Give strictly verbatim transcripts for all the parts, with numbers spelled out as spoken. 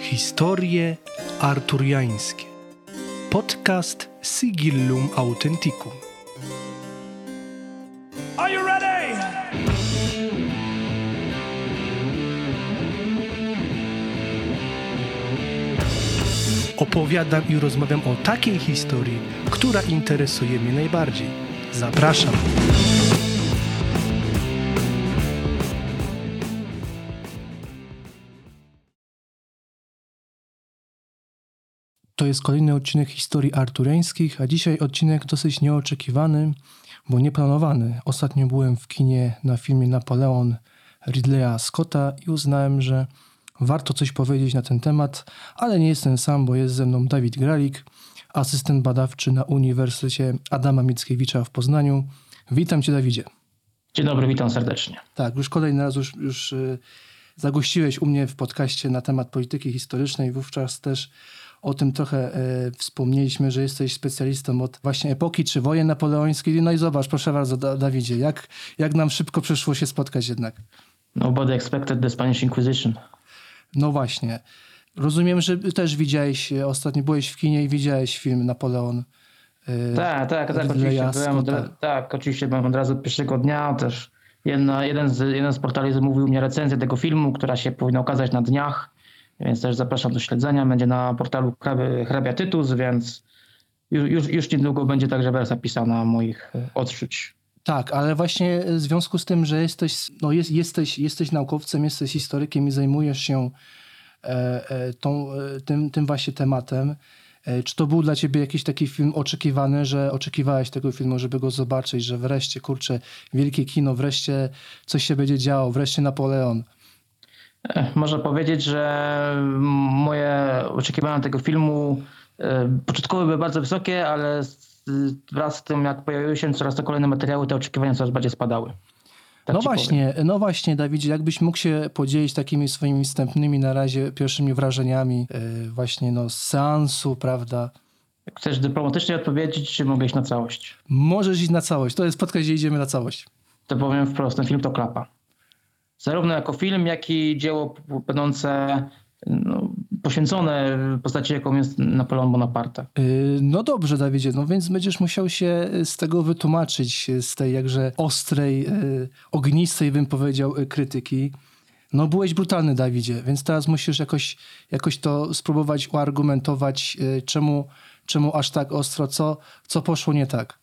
Historie arturiańskie. Podcast Sigillum Authenticum. Are you ready? Opowiadam i rozmawiam o takiej historii, która interesuje mnie najbardziej. Zapraszam. To jest kolejny odcinek historii arturiańskich, a dzisiaj odcinek dosyć nieoczekiwany, bo nieplanowany. Ostatnio byłem w kinie na filmie Napoleon Ridleya Scotta i uznałem, że warto coś powiedzieć na ten temat, ale nie jestem sam, bo jest ze mną Dawid Gralik, asystent badawczy na Uniwersytecie Adama Mickiewicza w Poznaniu. Witam Cię, Dawidzie. Dzień dobry, witam serdecznie. Tak, już kolejny raz już, już yy, zagościłeś u mnie w podcaście na temat polityki historycznej. Wówczas też o tym trochę e, wspomnieliśmy, że jesteś specjalistą od właśnie epoki czy wojen napoleońskich. No i zobacz, proszę bardzo, da- Dawidzie, jak, jak nam szybko przyszło się spotkać jednak. Nobody expected the Spanish Inquisition. No właśnie. Rozumiem, że też widziałeś, ostatnio byłeś w kinie i widziałeś film Napoleon. E, tak, tak, tak, Ridleya oczywiście byłem od, Scotta. tak, oczywiście byłem od razu od pierwszego dnia. Też jedna, jeden, z, jeden z portali zamówił mnie recenzję tego filmu, która się powinna ukazać na dniach. Więc też zapraszam do śledzenia. Będzie na portalu Hrabia Tytus, więc już, już, już niedługo będzie także wersja pisana moich odczuć. Tak, ale właśnie w związku z tym, że jesteś, no jest, jesteś, jesteś naukowcem, jesteś historykiem i zajmujesz się e, e, tą, e, tym, tym właśnie tematem, e, czy to był dla ciebie jakiś taki film oczekiwany, że oczekiwałeś tego filmu, żeby go zobaczyć, że wreszcie, kurczę, wielkie kino, wreszcie coś się będzie działo, wreszcie Napoleon? Można powiedzieć, że moje oczekiwania tego filmu początkowo były bardzo wysokie, ale wraz z tym, jak pojawiły się coraz to kolejne materiały, te oczekiwania coraz bardziej spadały. Tak no właśnie, powiem. no właśnie, Dawidzie, jakbyś mógł się podzielić takimi swoimi wstępnymi na razie pierwszymi wrażeniami yy, właśnie no, z seansu, prawda? Chcesz dyplomatycznie odpowiedzieć, czy mogę iść na całość? Możesz iść na całość. To jest podcast, gdzie idziemy na całość. To powiem wprost, ten film to klapa. Zarówno jako film, jak i dzieło będące no, poświęcone postaci, jaką jest Napoleon Bonaparte. Yy, no dobrze, Dawidzie, no więc będziesz musiał się z tego wytłumaczyć, z tej jakże ostrej, yy, ognistej, bym powiedział, yy, krytyki. No byłeś brutalny, Dawidzie, więc teraz musisz jakoś, jakoś to spróbować uargumentować, yy, czemu, czemu aż tak ostro, co, co poszło nie tak.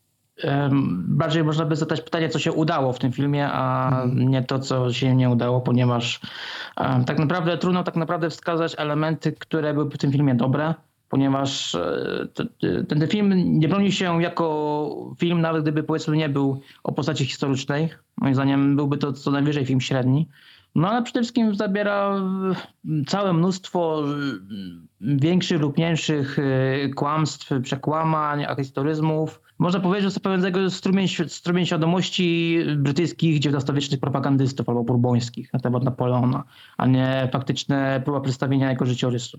Bardziej można by zadać pytanie, co się udało w tym filmie, a mhm. nie to, co się nie udało, ponieważ um, tak naprawdę trudno tak naprawdę wskazać elementy, które były w tym filmie dobre, ponieważ t, t, ten film nie broni się jako film, nawet gdyby powiedzmy nie był o postaci historycznej. Moim zdaniem byłby to co najwyżej film średni. No ale przede wszystkim zabiera całe mnóstwo większych lub mniejszych kłamstw, przekłamań, ahistoryzmów. Można powiedzieć, że jest to pewnego strumień, strumień świadomości brytyjskich dziewiętnastowiecznych propagandystów albo burbońskich na temat Napoleona, a nie faktyczne próba przedstawienia jego życiorysu.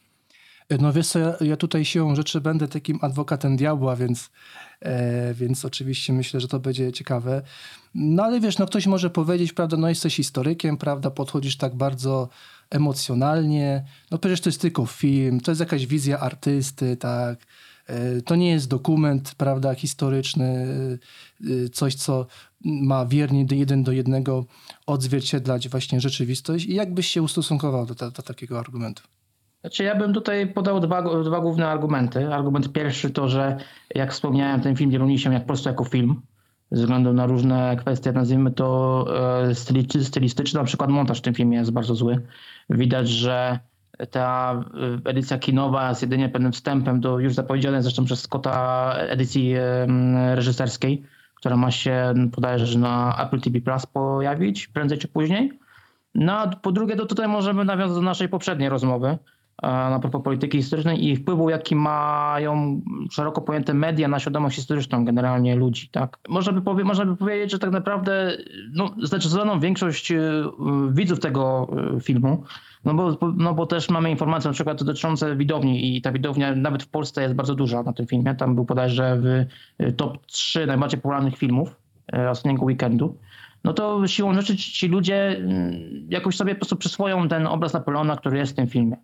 No wiesz co, ja, ja tutaj siłą rzeczy będę takim adwokatem diabła, więc, e, więc oczywiście myślę, że to będzie ciekawe. No ale wiesz, no ktoś może powiedzieć, prawda, no jesteś historykiem, prawda, podchodzisz tak bardzo emocjonalnie, no przecież to jest tylko film, to jest jakaś wizja artysty, tak, e, to nie jest dokument, prawda, historyczny, e, coś, co ma wiernie jeden do jednego odzwierciedlać właśnie rzeczywistość. I jak byś się ustosunkował do, do, do takiego argumentu? Znaczy ja bym tutaj podał dwa, dwa główne argumenty. Argument pierwszy to, że jak wspomniałem, ten film nie broni się jak po prostu jako film. Ze względu na różne kwestie, nazwijmy to styli, stylistyczne. Na przykład montaż w tym filmie jest bardzo zły. Widać, że ta edycja kinowa jest jedynie pewnym wstępem do już zapowiedzianej zresztą przez Scotta edycji reżyserskiej, która ma się, podajże, na Apple T V Plus pojawić prędzej czy później. No a po drugie, to tutaj możemy nawiązać do naszej poprzedniej rozmowy na propos polityki historycznej i wpływu, jaki mają szeroko pojęte media na świadomość historyczną generalnie ludzi. Tak? Można by, powie, można by powiedzieć, że tak naprawdę no, zdecydowaną większość widzów tego filmu, no bo, no bo też mamy informacje na przykład dotyczące widowni i ta widownia nawet w Polsce jest bardzo duża na tym filmie. Tam był bodajże w top trzy najbardziej popularnych filmów ostatniego weekendu. No to siłą rzeczy ci ludzie jakoś sobie po prostu przyswoją ten obraz Napoleona, który jest w tym filmie.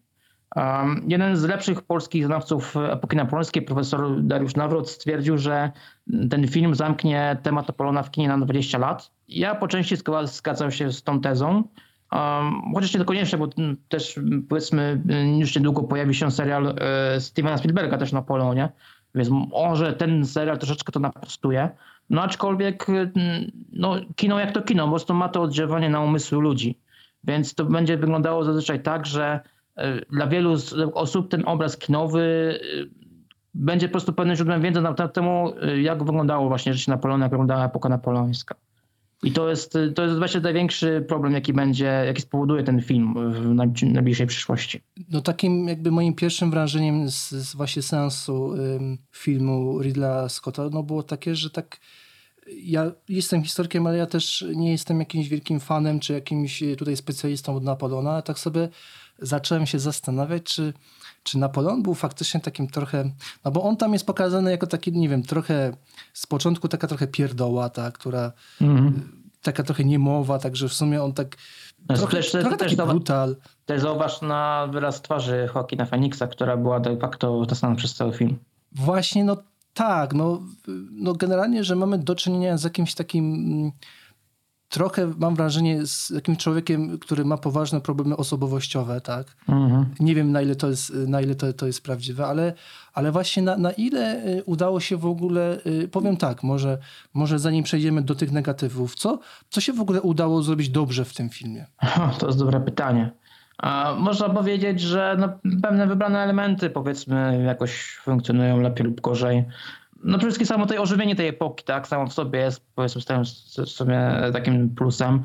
Um, jeden z lepszych polskich znawców epoki napoleońskiej, profesor Dariusz Nawrot, stwierdził, że ten film zamknie temat Napoleona w kinie na dwadzieścia lat. Ja po części zgadzam się z tą tezą, um, chociaż nie niekoniecznie, bo też powiedzmy już niedługo pojawi się serial e, Stevena Spielberga też o Napoleonie, więc może ten serial troszeczkę to naprostuje. No aczkolwiek no, kino jak to kino, po prostu ma to oddziaływanie na umysły ludzi. Więc to będzie wyglądało zazwyczaj tak, że dla wielu osób ten obraz kinowy będzie po prostu pewnym źródłem wiedzy na temat temu, jak wyglądało właśnie życie Napoleona, jak wyglądała epoka napoleońska. I to jest, to jest właśnie największy problem, jaki będzie, jaki spowoduje ten film w najbliższej przyszłości. No takim jakby moim pierwszym wrażeniem z, z właśnie seansu ym, filmu Ridleya Scotta no było takie, że tak ja jestem historykiem, ale ja też nie jestem jakimś wielkim fanem czy jakimś tutaj specjalistą od Napoleona, ale tak sobie zacząłem się zastanawiać, czy, czy Napoleon był faktycznie takim trochę, no bo on tam jest pokazany jako taki, nie wiem, trochę z początku taka trochę pierdoła, ta, która mm-hmm. taka trochę niemowa, także w sumie on tak no, trochę, też, trochę też taki brutal. Też zauważ na wyraz twarzy Joaquina Phoenixa, która była de facto ta sama przez cały film. Właśnie, no tak, no, no generalnie, że mamy do czynienia z jakimś takim trochę mam wrażenie z jakimś człowiekiem, który ma poważne problemy osobowościowe, tak? Mhm. Nie wiem na ile to jest, na ile to, to jest prawdziwe, ale, ale właśnie na, na ile udało się w ogóle, powiem tak, może, może zanim przejdziemy do tych negatywów, co, co się w ogóle udało zrobić dobrze w tym filmie? To jest dobre pytanie. A można powiedzieć, że no, pewne wybrane elementy powiedzmy jakoś funkcjonują lepiej lub gorzej. No przede wszystkim samo to ożywienie tej epoki, tak, samo w sobie jest powiedzmy w sobie takim plusem.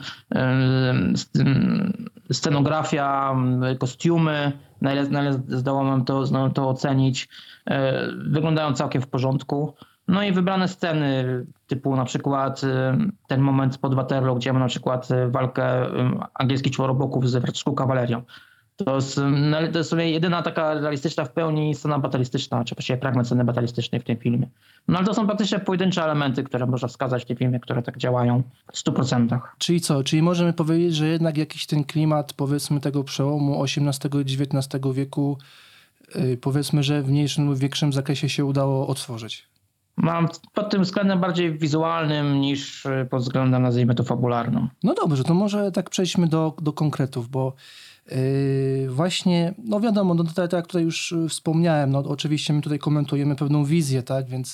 Scenografia, kostiumy, na ile, na ile zdołam to, to ocenić, wyglądają całkiem w porządku. No i wybrane sceny typu na przykład ten moment pod Waterloo, gdzie mamy na przykład walkę angielskich czworoboków z francuską kawalerią. To jest, to jest sobie jedyna taka realistyczna w pełni scena batalistyczna, czy właściwie fragment sceny batalistycznej w tym filmie. No ale to są praktycznie pojedyncze elementy, które można wskazać w tym filmie, które tak działają w stu procentach. Czyli co? Czyli możemy powiedzieć, że jednak jakiś ten klimat powiedzmy tego przełomu osiemnastego i dziewiętnastego wieku yy, powiedzmy, że w mniejszym lub większym zakresie się udało otworzyć. Mam pod tym względem bardziej wizualnym niż pod względem, nazwijmy to, fabularnym. No dobrze, to może tak przejdźmy do, do konkretów, bo Yy, właśnie, no wiadomo, no tak jak tutaj już wspomniałem, no oczywiście my tutaj komentujemy pewną wizję, tak, więc,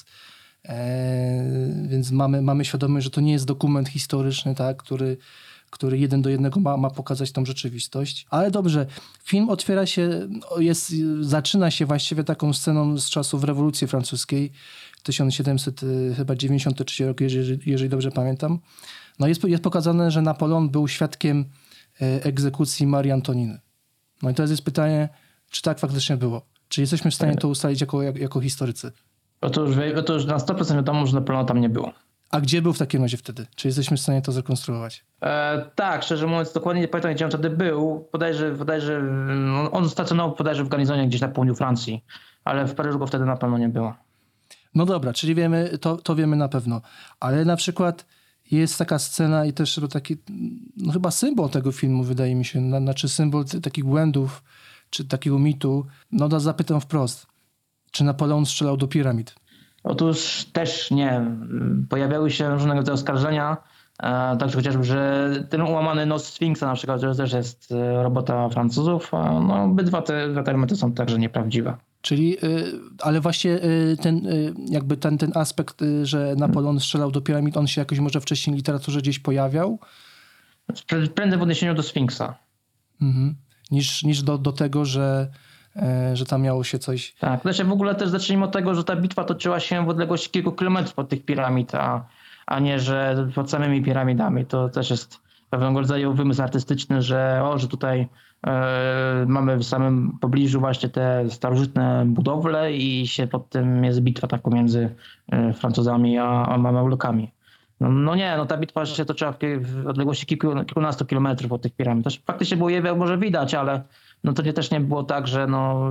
e, więc mamy, mamy świadomość, że to nie jest dokument historyczny, tak, który, który jeden do jednego ma, ma pokazać tą rzeczywistość. Ale dobrze, film otwiera się, jest, zaczyna się właściwie taką sceną z czasów rewolucji francuskiej, tysiąc siedemset dziewięćdziesiąty trzeci rok, jeżeli, jeżeli dobrze pamiętam. No jest, jest pokazane, że Napoleon był świadkiem egzekucji Marii Antoniny. No i teraz jest pytanie, czy tak faktycznie było? Czy jesteśmy w stanie to ustalić jako, jako, jako historycy? Otóż, otóż na sto procent wiadomo, że Napoleon tam nie było. A gdzie był w takim razie wtedy? Czy jesteśmy w stanie to zrekonstruować? E, tak, szczerze mówiąc, dokładnie nie pamiętam, gdzie on wtedy był. Podejrzę, podejrzę, on stacjonował podejrzę w garnizonie gdzieś na południu Francji, ale w Paryżu go wtedy na pewno nie było. No dobra, czyli wiemy, to, to wiemy na pewno. Ale na przykład jest taka scena i też taki, no chyba symbol tego filmu, wydaje mi się, znaczy symbol takich błędów, czy takiego mitu. No to zapytam wprost, czy Napoleon strzelał do piramid? Otóż też nie. Pojawiały się różnego rodzaju oskarżenia, e, także chociażby, że ten ułamany nos Sfinksa na przykład, że też jest robota Francuzów, a no obydwa te, te elementy są także nieprawdziwe. Czyli, ale właśnie ten, jakby ten, ten aspekt, że Napoleon strzelał do piramid, on się jakoś może wcześniej w literaturze gdzieś pojawiał? Prędzej w odniesieniu do Sfinksa. Mhm. Niż, niż do, do tego, że, że tam miało się coś... Tak, znaczy w ogóle też zacznijmy od tego, że ta bitwa toczyła się w odległości kilku kilometrów od tych piramid, a, a nie, że pod samymi piramidami. To też jest pewnego rodzaju wymysł artystyczny, że o, że tutaj e, mamy w samym pobliżu właśnie te starożytne budowle i się pod tym jest bitwa tak pomiędzy e, Francuzami a, a Mamełukami. No, no nie, no ta bitwa się toczyła w, w odległości kilku, kilkunastu kilometrów od tych piramid. Też faktycznie było je może widać, ale no to nie, też nie było tak, że, no,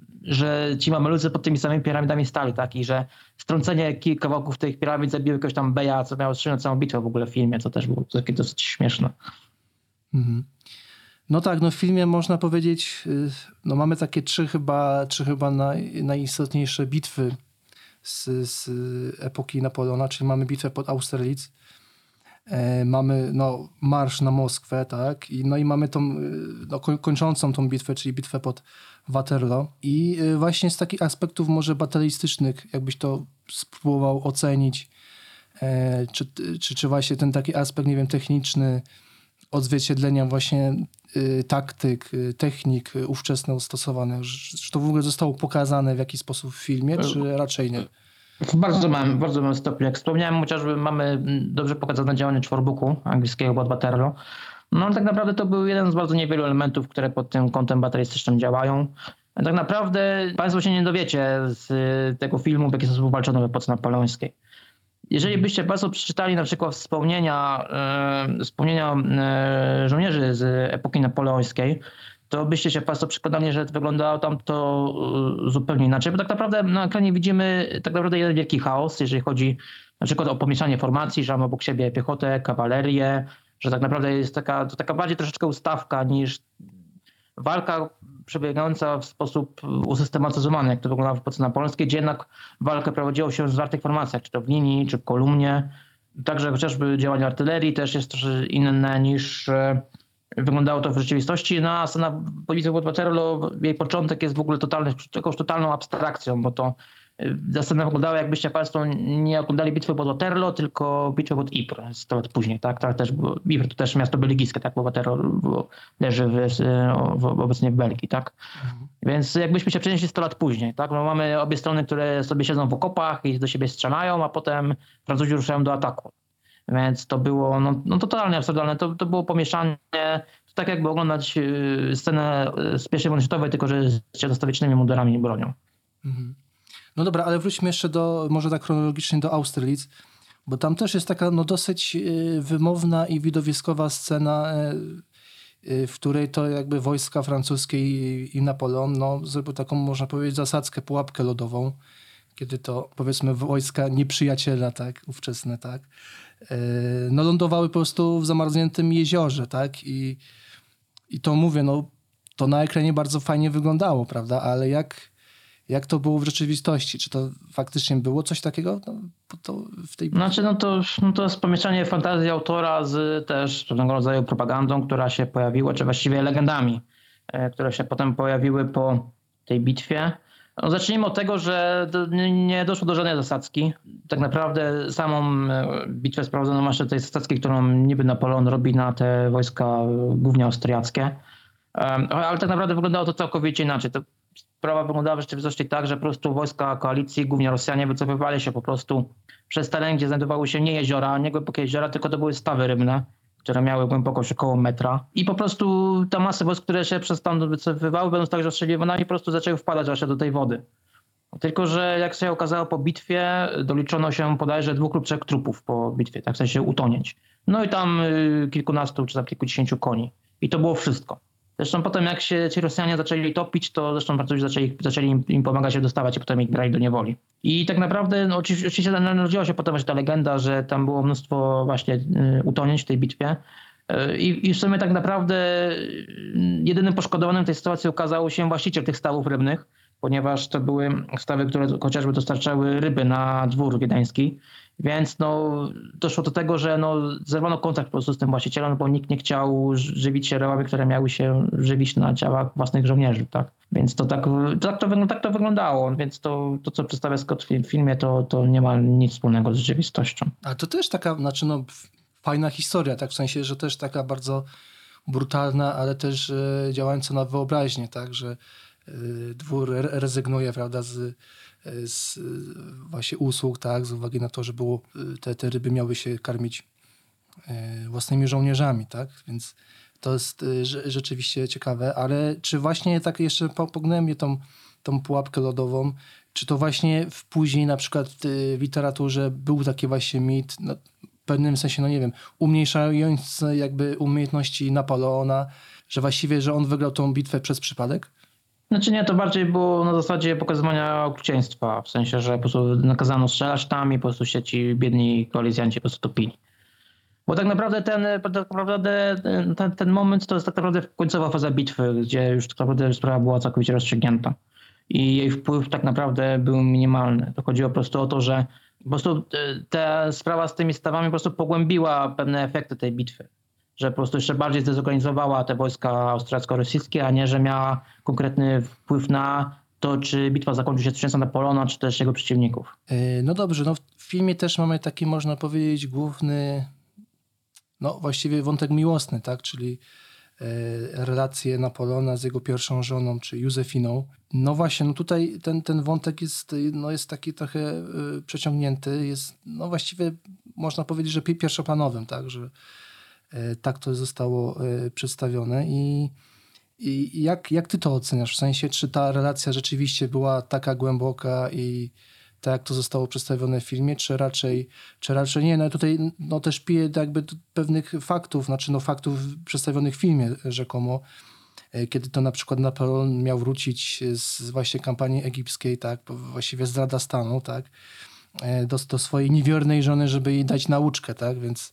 że ci Mamelucy pod tymi samymi piramidami stali, tak? I że strącenie kilku kawałków tych piramid zabiło jakiegoś tam Beja, co miało wstrzymać całą bitwę w ogóle w filmie, co też było takie dosyć śmieszne. Mhm. No tak, no w filmie można powiedzieć, y, no mamy takie trzy chyba, trzy chyba naj, najistotniejsze bitwy z, z epoki Napoleona, czyli mamy bitwę pod Austerlitz, e, mamy no, marsz na Moskwę, tak, i, no i mamy tą y, no, koń- kończącą tą bitwę, czyli bitwę pod Waterloo. I y, właśnie z takich aspektów może batalistycznych, jakbyś to spróbował ocenić, e, czy, czy, czy właśnie ten taki aspekt, nie wiem, techniczny, odzwierciedlenia właśnie y, taktyk, y, technik y, ówczesne stosowane. Czy to w ogóle zostało pokazane w jakiś sposób w filmie, czy raczej nie? W bardzo małym, bardzo małym stopniu. Jak wspomniałem, chociażby mamy dobrze pokazane działanie czworbuku angielskiego pod Waterloo. No ale tak naprawdę to był jeden z bardzo niewielu elementów, które pod tym kątem batalistycznym działają. Tak naprawdę Państwo się nie dowiecie z tego filmu, w jaki sposób walczono w epoce napoleońskiej. Jeżeli byście Państwo przeczytali na przykład wspomnienia, e, wspomnienia e, żołnierzy z epoki napoleońskiej, to byście się Państwo przekonali, że wyglądało tam to e, zupełnie inaczej. Bo tak naprawdę na ekranie widzimy tak naprawdę jeden wielki chaos, jeżeli chodzi na przykład o pomieszanie formacji, że mamy obok siebie piechotę, kawalerię, że tak naprawdę jest taka, to taka bardziej troszeczkę ustawka niż walka przebiegająca w sposób usystematyzowany, jak to wyglądało w epoce napoleońskiej, gdzie jednak walkę prowadziło się w zwartych formacjach, czy to w linii, czy w kolumnie. Także chociażby działanie artylerii też jest troszkę inne niż wyglądało to w rzeczywistości. No a scena bitwy pod Waterloo, jej początek jest w ogóle totalny, jakąś totalną abstrakcją, bo to ta scena wyglądała, jakbyście Państwo nie oglądali bitwy pod Waterloo, tylko bitwę pod Ypres sto lat później. Tak? Tak też, bo Ypres to też miasto belgijskie, tak? Bo Waterloo leży w, w, obecnie w Belgii. Tak? Mhm. Więc jakbyśmy się przenieśli sto lat później. Tak? No mamy obie strony, które sobie siedzą w okopach i do siebie strzelają, a potem Francuzi ruszają do ataku. Więc to było no, no totalnie absurdalne. To, to było pomieszanie, to tak jakby oglądać scenę z pierwszej wojny światowej, tylko że z czterostawiecznymi mundurami i bronią. Mhm. No dobra, ale wróćmy jeszcze do, może tak chronologicznie do Austerlitz, bo tam też jest taka no dosyć y, wymowna i widowiskowa scena, y, y, w której to jakby wojska francuskie i, i Napoleon no, zrobił taką, można powiedzieć, zasadzkę, pułapkę lodową, kiedy to powiedzmy wojska nieprzyjaciela, tak, ówczesne, tak, y, no lądowały po prostu w zamarzniętym jeziorze, tak, i, i to mówię, no to na ekranie bardzo fajnie wyglądało, prawda, ale jak Jak to było w rzeczywistości? Czy to faktycznie było coś takiego no, to w tej... Znaczy, no to, no to jest pomieszanie fantazji autora z też pewnego rodzaju propagandą, która się pojawiła, czy właściwie legendami, które się potem pojawiły po tej bitwie. No, zacznijmy od tego, że nie doszło do żadnej zasadzki. Tak naprawdę samą bitwę sprowadzono właśnie tej zasadzki, którą niby Napoleon robi na te wojska głównie austriackie. Ale tak naprawdę wyglądało to całkowicie inaczej. To sprawa wyglądała w rzeczywistości tak, że po prostu wojska koalicji, głównie Rosjanie, wycofywali się po prostu przez teren, gdzie znajdowały się nie jeziora, nie głębokie jeziora, tylko to były stawy rybne, które miały głębokość około metra. I po prostu ta masa wojsk, które się przez tam wycofywały, będąc także ostrzeliwanami, po prostu zaczęły wpadać właśnie do tej wody. Tylko że jak się okazało po bitwie, doliczono się bodajże dwóch lub trzech trupów po bitwie, tak w sensie utonięć. No i tam kilkunastu czy tam kilkudziesięciu koni. I to było wszystko. Zresztą potem jak się ci Rosjanie zaczęli topić, to zresztą Francuzi zaczęli, zaczęli im, im pomagać się dostawać i potem ich brali do niewoli. I tak naprawdę no, oczywiście, oczywiście narodziła się potem właśnie ta legenda, że tam było mnóstwo właśnie y, utonięć w tej bitwie. Y, I w sumie tak naprawdę y, jedynym poszkodowanym w tej sytuacji okazał się właściciel tych stawów rybnych, ponieważ to były stawy, które chociażby dostarczały ryby na dwór wiedeński. Więc no, doszło do tego, że no, zerwano kontakt po prostu z tym właścicielem, bo nikt nie chciał żywić się rełami, które miały się żywić na ciałach własnych żołnierzy. Tak? Więc to tak, tak, to, tak to wyglądało. Więc to, to co przedstawia Scott w filmie, to, to nie ma nic wspólnego z rzeczywistością. A to też taka, znaczy no, fajna historia, tak w sensie, że też taka bardzo brutalna, ale też e, działająca na wyobraźnię, tak, że e, dwór rezygnuje, prawda, z z właśnie usług, tak, z uwagi na to, że było, te, te ryby miały się karmić własnymi żołnierzami, tak, więc to jest rzeczywiście ciekawe, ale czy właśnie tak jeszcze pogłębię tą, tą pułapkę lodową, czy to właśnie w później na przykład w literaturze był taki właśnie mit, no, w pewnym sensie, no nie wiem, umniejszający jakby umiejętności Napoleona, że właściwie, że on wygrał tą bitwę przez przypadek? Znaczy nie, to bardziej było na zasadzie pokazywania okrucieństwa, w sensie, że po prostu nakazano strzelać tam i po prostu się ci biedni koalicjanci po prostu topili. Bo tak naprawdę ten, tak naprawdę ten, ten moment to jest tak naprawdę końcowa faza bitwy, gdzie już tak naprawdę sprawa była całkowicie rozstrzygnięta. I jej wpływ tak naprawdę był minimalny. To chodziło po prostu o to, że po prostu ta sprawa z tymi stawami po prostu pogłębiła pewne efekty tej bitwy. Że po prostu jeszcze bardziej zdezorganizowała te wojska austriacko-rosyjskie, a nie, że miała konkretny wpływ na to, czy bitwa zakończy się zwycięstwem Napoleona, czy też jego przeciwników. No dobrze, no w filmie też mamy taki, można powiedzieć, główny, no właściwie wątek miłosny, tak, czyli relacje Napoleona z jego pierwszą żoną, czy Józefiną. No właśnie, no tutaj ten, ten wątek jest, no jest taki trochę przeciągnięty, jest no właściwie można powiedzieć, że pierwszoplanowym, tak, że tak to zostało przedstawione i, i jak, jak ty to oceniasz? W sensie, czy ta relacja rzeczywiście była taka głęboka i tak jak to zostało przedstawione w filmie, czy raczej, czy raczej nie? No tutaj no, też piję jakby pewnych faktów, znaczy no faktów przedstawionych w filmie rzekomo, kiedy to na przykład Napoleon miał wrócić z właśnie kampanii egipskiej, tak, właściwie zdrada stanu, tak, do, do swojej niewiernej żony, żeby jej dać nauczkę, tak, więc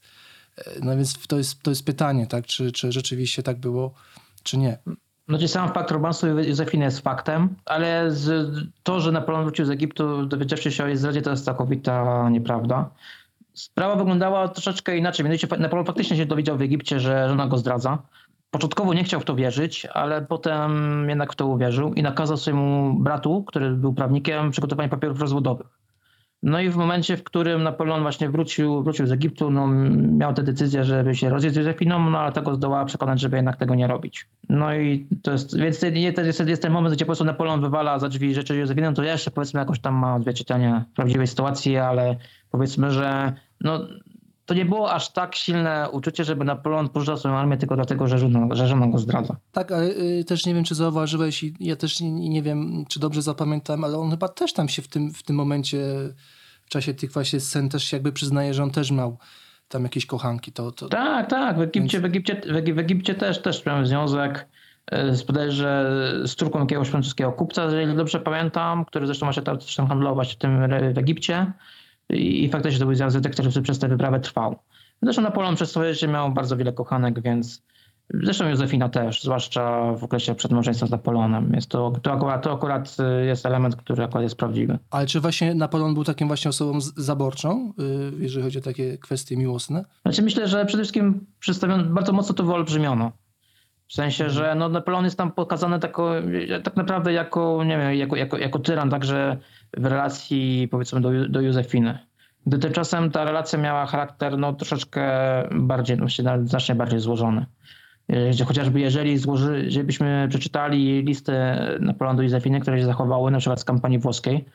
no więc to jest, to jest pytanie, tak, czy, czy rzeczywiście tak było, czy nie. Znaczy sam fakt romansu Józefiny jest faktem, ale z, to, że Napoleon wrócił z Egiptu, dowiedziawszy się o jej zdradzie, to jest całkowita nieprawda. Sprawa wyglądała troszeczkę inaczej. Mianowicie Napoleon faktycznie się dowiedział w Egipcie, że żona go zdradza. Początkowo nie chciał w to wierzyć, ale potem jednak w to uwierzył i nakazał swojemu bratu, który był prawnikiem, przygotowanie papierów rozwodowych. No i w momencie, w którym Napoleon właśnie wrócił, wrócił z Egiptu, no miał tę decyzję, żeby się rozjeść z Józefiną, no ale tego zdołała przekonać, żeby jednak tego nie robić. No i to jest, więc to jest, jest ten moment, gdzie po prostu Napoleon wywala za drzwi rzeczy Józefiną, to jeszcze powiedzmy jakoś tam ma odzwierciedlenie prawdziwej sytuacji, ale powiedzmy, że no to nie było aż tak silne uczucie, żeby Napoleon porzucał swoją armię tylko dlatego, że żona, że żona go zdradza. Tak, ale y, też nie wiem, czy zauważyłeś i ja też nie, nie wiem, czy dobrze zapamiętałem, ale on chyba też tam się w tym, w tym momencie, w czasie tych właśnie scen też jakby przyznaje, że on też miał tam jakieś kochanki. To, to... Tak, tak, w Egipcie, Więc... w Egipcie, w Egipcie też, też miałem związek z, bodajże z córką jakiegoś francuskiego kupca, jeżeli dobrze pamiętam, który zresztą ma się tam, tam handlować w tym w Egipcie. I, i faktycznie to był związek, który przez tę wyprawę trwał. Zresztą Napoleon przez swoje życie miał bardzo wiele kochanek, więc zresztą Józefina też, zwłaszcza w okresie przedmałżeństwa z Napoleonem. Jest to, to, akurat, to akurat jest element, który akurat jest prawdziwy. Ale czy właśnie Napoleon był takim właśnie osobą zaborczą, jeżeli chodzi o takie kwestie miłosne? Znaczy myślę, że przede wszystkim przedstawiono, bardzo mocno to wyolbrzymiono. W sensie, hmm. że no Napoleon jest tam pokazany tako, tak naprawdę jako, nie wiem, jako, jako, jako tyran, także w relacji powiedzmy do, do Józefiny. Gdy tymczasem ta relacja miała charakter no troszeczkę bardziej, no, znacznie bardziej złożony. Gdzie chociażby jeżeli złoży, jeżeli byśmy przeczytali listę Napoleona do Józefiny, które się zachowały, na przykład z kampanii włoskiej,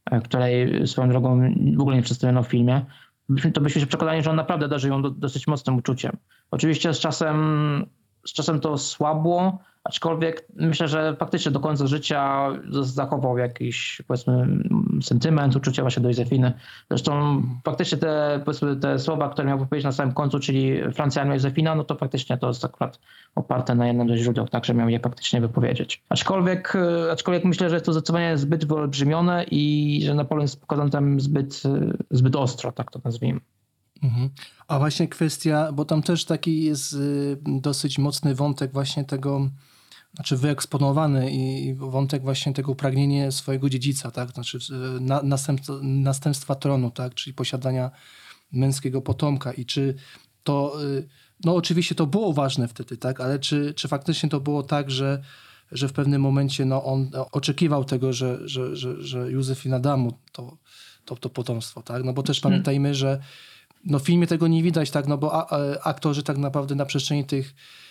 której swoją drogą w ogóle nie przedstawiono w filmie, to byśmy się przekonali, że on naprawdę darzy ją do, dosyć mocnym uczuciem. Oczywiście z czasem Z czasem to słabło, aczkolwiek myślę, że faktycznie do końca życia zachował jakiś, powiedzmy, sentyment, uczucia właśnie do Józefiny. Zresztą faktycznie te, powiedzmy, te słowa, które miał powiedzieć na samym końcu, czyli Francja, armia, Józefina, no to faktycznie to jest akurat oparte na jednym ze źródeł, także miał je faktycznie wypowiedzieć. Aczkolwiek, aczkolwiek myślę, że jest to zdecydowanie zbyt wyolbrzymione i że Napoleon jest pokazany tam zbyt, zbyt ostro, tak to nazwijmy. Mhm. A właśnie kwestia, bo tam też taki jest y, dosyć mocny wątek właśnie tego, znaczy wyeksponowany i wątek właśnie tego pragnienia swojego dziedzica, tak, znaczy y, na, następstwa, następstwa tronu, tak, czyli posiadania męskiego potomka i czy to, y, no oczywiście to było ważne wtedy, tak, ale czy, czy faktycznie to było tak, że, że w pewnym momencie no, on oczekiwał tego, że, że, że, że Józefina da mu to, to, to potomstwo, tak, no bo też hmm. pamiętajmy, że no w filmie tego nie widać, tak, no bo a, a, aktorzy tak naprawdę na przestrzeni tych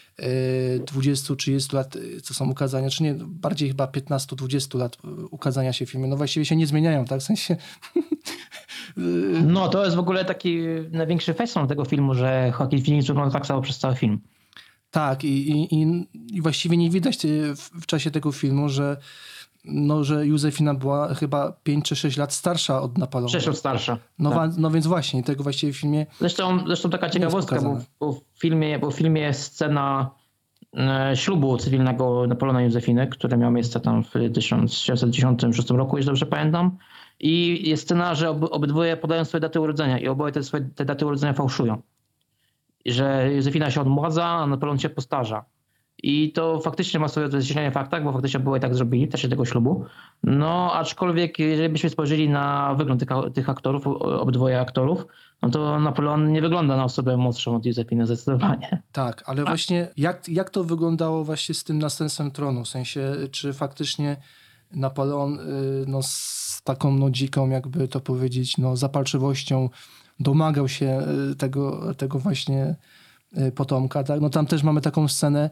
y, dwudziestu trzydziestu lat, co są ukazania, czy nie, bardziej chyba piętnastu dwudziestu lat ukazania się w filmie, no właściwie się nie zmieniają, tak, w sensie... No to jest w ogóle taki największy feston tego filmu, że Joaquin Phoenix wygląda tak samo przez cały film. Tak i, i, i, i właściwie nie widać w, w czasie tego filmu, że no, że Józefina była chyba pięć czy sześć lat starsza od Napoleona. sześć lat starsza. No, tak. wa- no więc właśnie, tego właściwie w filmie... Zresztą, zresztą taka ciekawostka, bo, bo, w filmie, bo w filmie jest scena e, ślubu cywilnego Napoleona i Józefiny, które miało miejsce tam w tysiąc siedemset dziesiątym szóstym roku, jeśli dobrze pamiętam. I jest scena, że ob, obydwoje podają swoje daty urodzenia i oboje te, swoje, te daty urodzenia fałszują. że Józefina się odmładza, a Napoleon się postarza. I to faktycznie ma swoje odzwierciedlenie w faktach, bo faktycznie było i tak zrobili w czasie tego ślubu. No aczkolwiek, jeżeli byśmy spojrzeli na wygląd tych, tych aktorów, obydwoje aktorów, no to Napoleon nie wygląda na osobę młodszą od Józefiny zdecydowanie. Tak, ale a... właśnie jak, jak to wyglądało właśnie z tym następstwem tronu? W sensie, czy faktycznie Napoleon no, z taką no, dziką, jakby to powiedzieć, no, zapalczywością domagał się tego, tego właśnie potomka, tak? No tam też mamy taką scenę,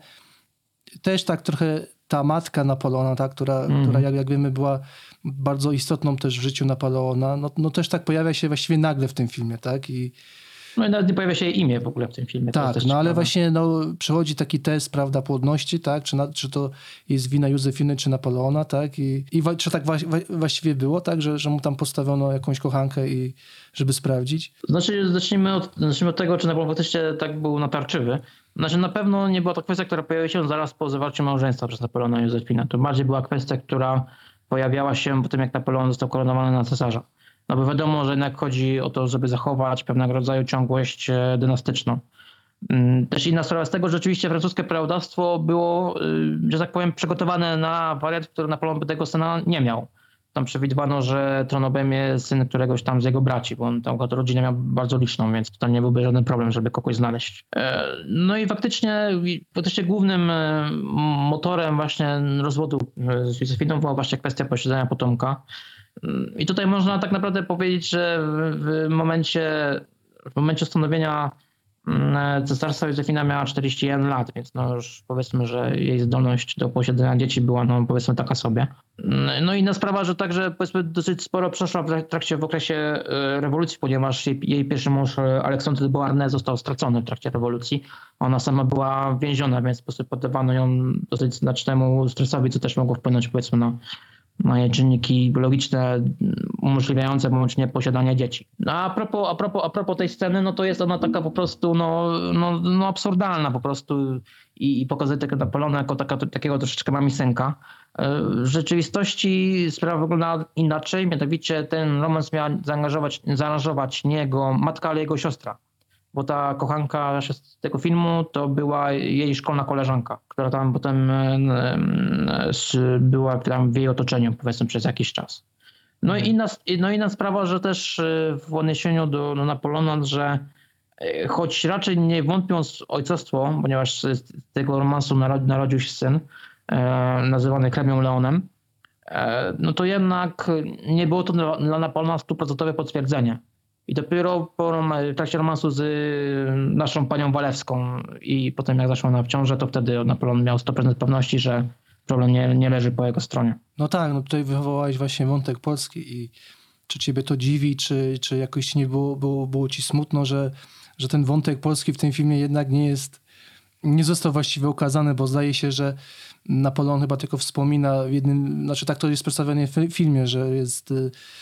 też tak trochę ta matka Napoleona, tak? która, mm. która jak, jak wiemy była bardzo istotną też w życiu Napoleona, no, no też tak pojawia się właściwie nagle w tym filmie, tak? I no i nawet nie pojawia się jej imię w ogóle w tym filmie. Tak, no ciekawe. Ale właśnie no, przychodzi taki test, prawda, płodności, tak? Czy, na, czy to jest wina Józefiny, czy Napoleona, tak? I, i czy tak wa- właściwie było, tak? Że, że mu tam postawiono jakąś kochankę, i żeby sprawdzić? Znaczy, zacznijmy od, zacznijmy od tego, czy Napoleon faktycznie tak był natarczywy. Znaczy, na pewno nie była to kwestia, która pojawiła się zaraz po zawarciu małżeństwa przez Napoleona i Józefinę. To bardziej była kwestia, która pojawiała się po tym, jak Napoleon został koronowany na cesarza. No bo wiadomo, że jednak chodzi o to, żeby zachować pewnego rodzaju ciągłość dynastyczną. Też inna sprawa z tego, że rzeczywiście francuskie prawodawstwo było, że tak powiem, przygotowane na wariant, który Napoleon by tego syna nie miał. Tam przewidywano, że tron obejmie syn któregoś tam z jego braci, bo on tam rodzinę miał bardzo liczną, więc tam nie byłby żaden problem, żeby kogoś znaleźć. No i faktycznie, faktycznie głównym motorem właśnie rozwodu z Józefiną była właśnie kwestia posiadania potomka. I tutaj można tak naprawdę powiedzieć, że w momencie, w momencie ustanowienia cesarstwa Józefina miała czterdzieści jeden lat, więc no już powiedzmy, że jej zdolność do posiadania dzieci była no powiedzmy taka sobie. No i inna sprawa, że także powiedzmy dosyć sporo przeszła w trakcie, w okresie rewolucji, ponieważ jej, jej pierwszy mąż Alexandre de Beauharnais został stracony w trakcie rewolucji. Ona sama była więziona, więc po prostu poddawano ją dosyć znacznemu stresowi, co też mogło wpłynąć powiedzmy na na jej czynniki biologiczne umożliwiające łącznie posiadanie dzieci. No a propos, a, propos, a propos tej sceny, no to jest ona taka po prostu no, no, no absurdalna po prostu i, i pokazuje tego Napoleona jako taka, takiego troszeczkę mamisynka. W rzeczywistości sprawa wygląda inaczej, mianowicie ten romans miała zaangażować, zaaranżować nie jego matka, ale jego siostra. Bo ta kochanka z tego filmu to była jej szkolna koleżanka, która tam potem była tam w jej otoczeniu, powiedzmy, przez jakiś czas. No i inna, no inna sprawa, że też w odniesieniu do, do Napoleona, że choć raczej nie wątpią w ojcostwo, ponieważ z tego romansu narodził się syn nazywany Klemią Leonem, no to jednak nie było to dla Napoleona stuprocentowe potwierdzenie. I dopiero po, w trakcie romansu z naszą panią Walewską i potem jak zaszła na w ciążę, to wtedy Napoleon miał sto procent pewności, że problem nie, nie leży po jego stronie. No tak, no tutaj wywołałeś właśnie wątek polski i czy ciebie to dziwi, czy, czy jakoś nie było, było, było ci smutno, że, że ten wątek polski w tym filmie jednak nie jest, nie został właściwie ukazany, bo zdaje się, że Napoleon chyba tylko wspomina w jednym, znaczy tak to jest przedstawione w filmie, że jest...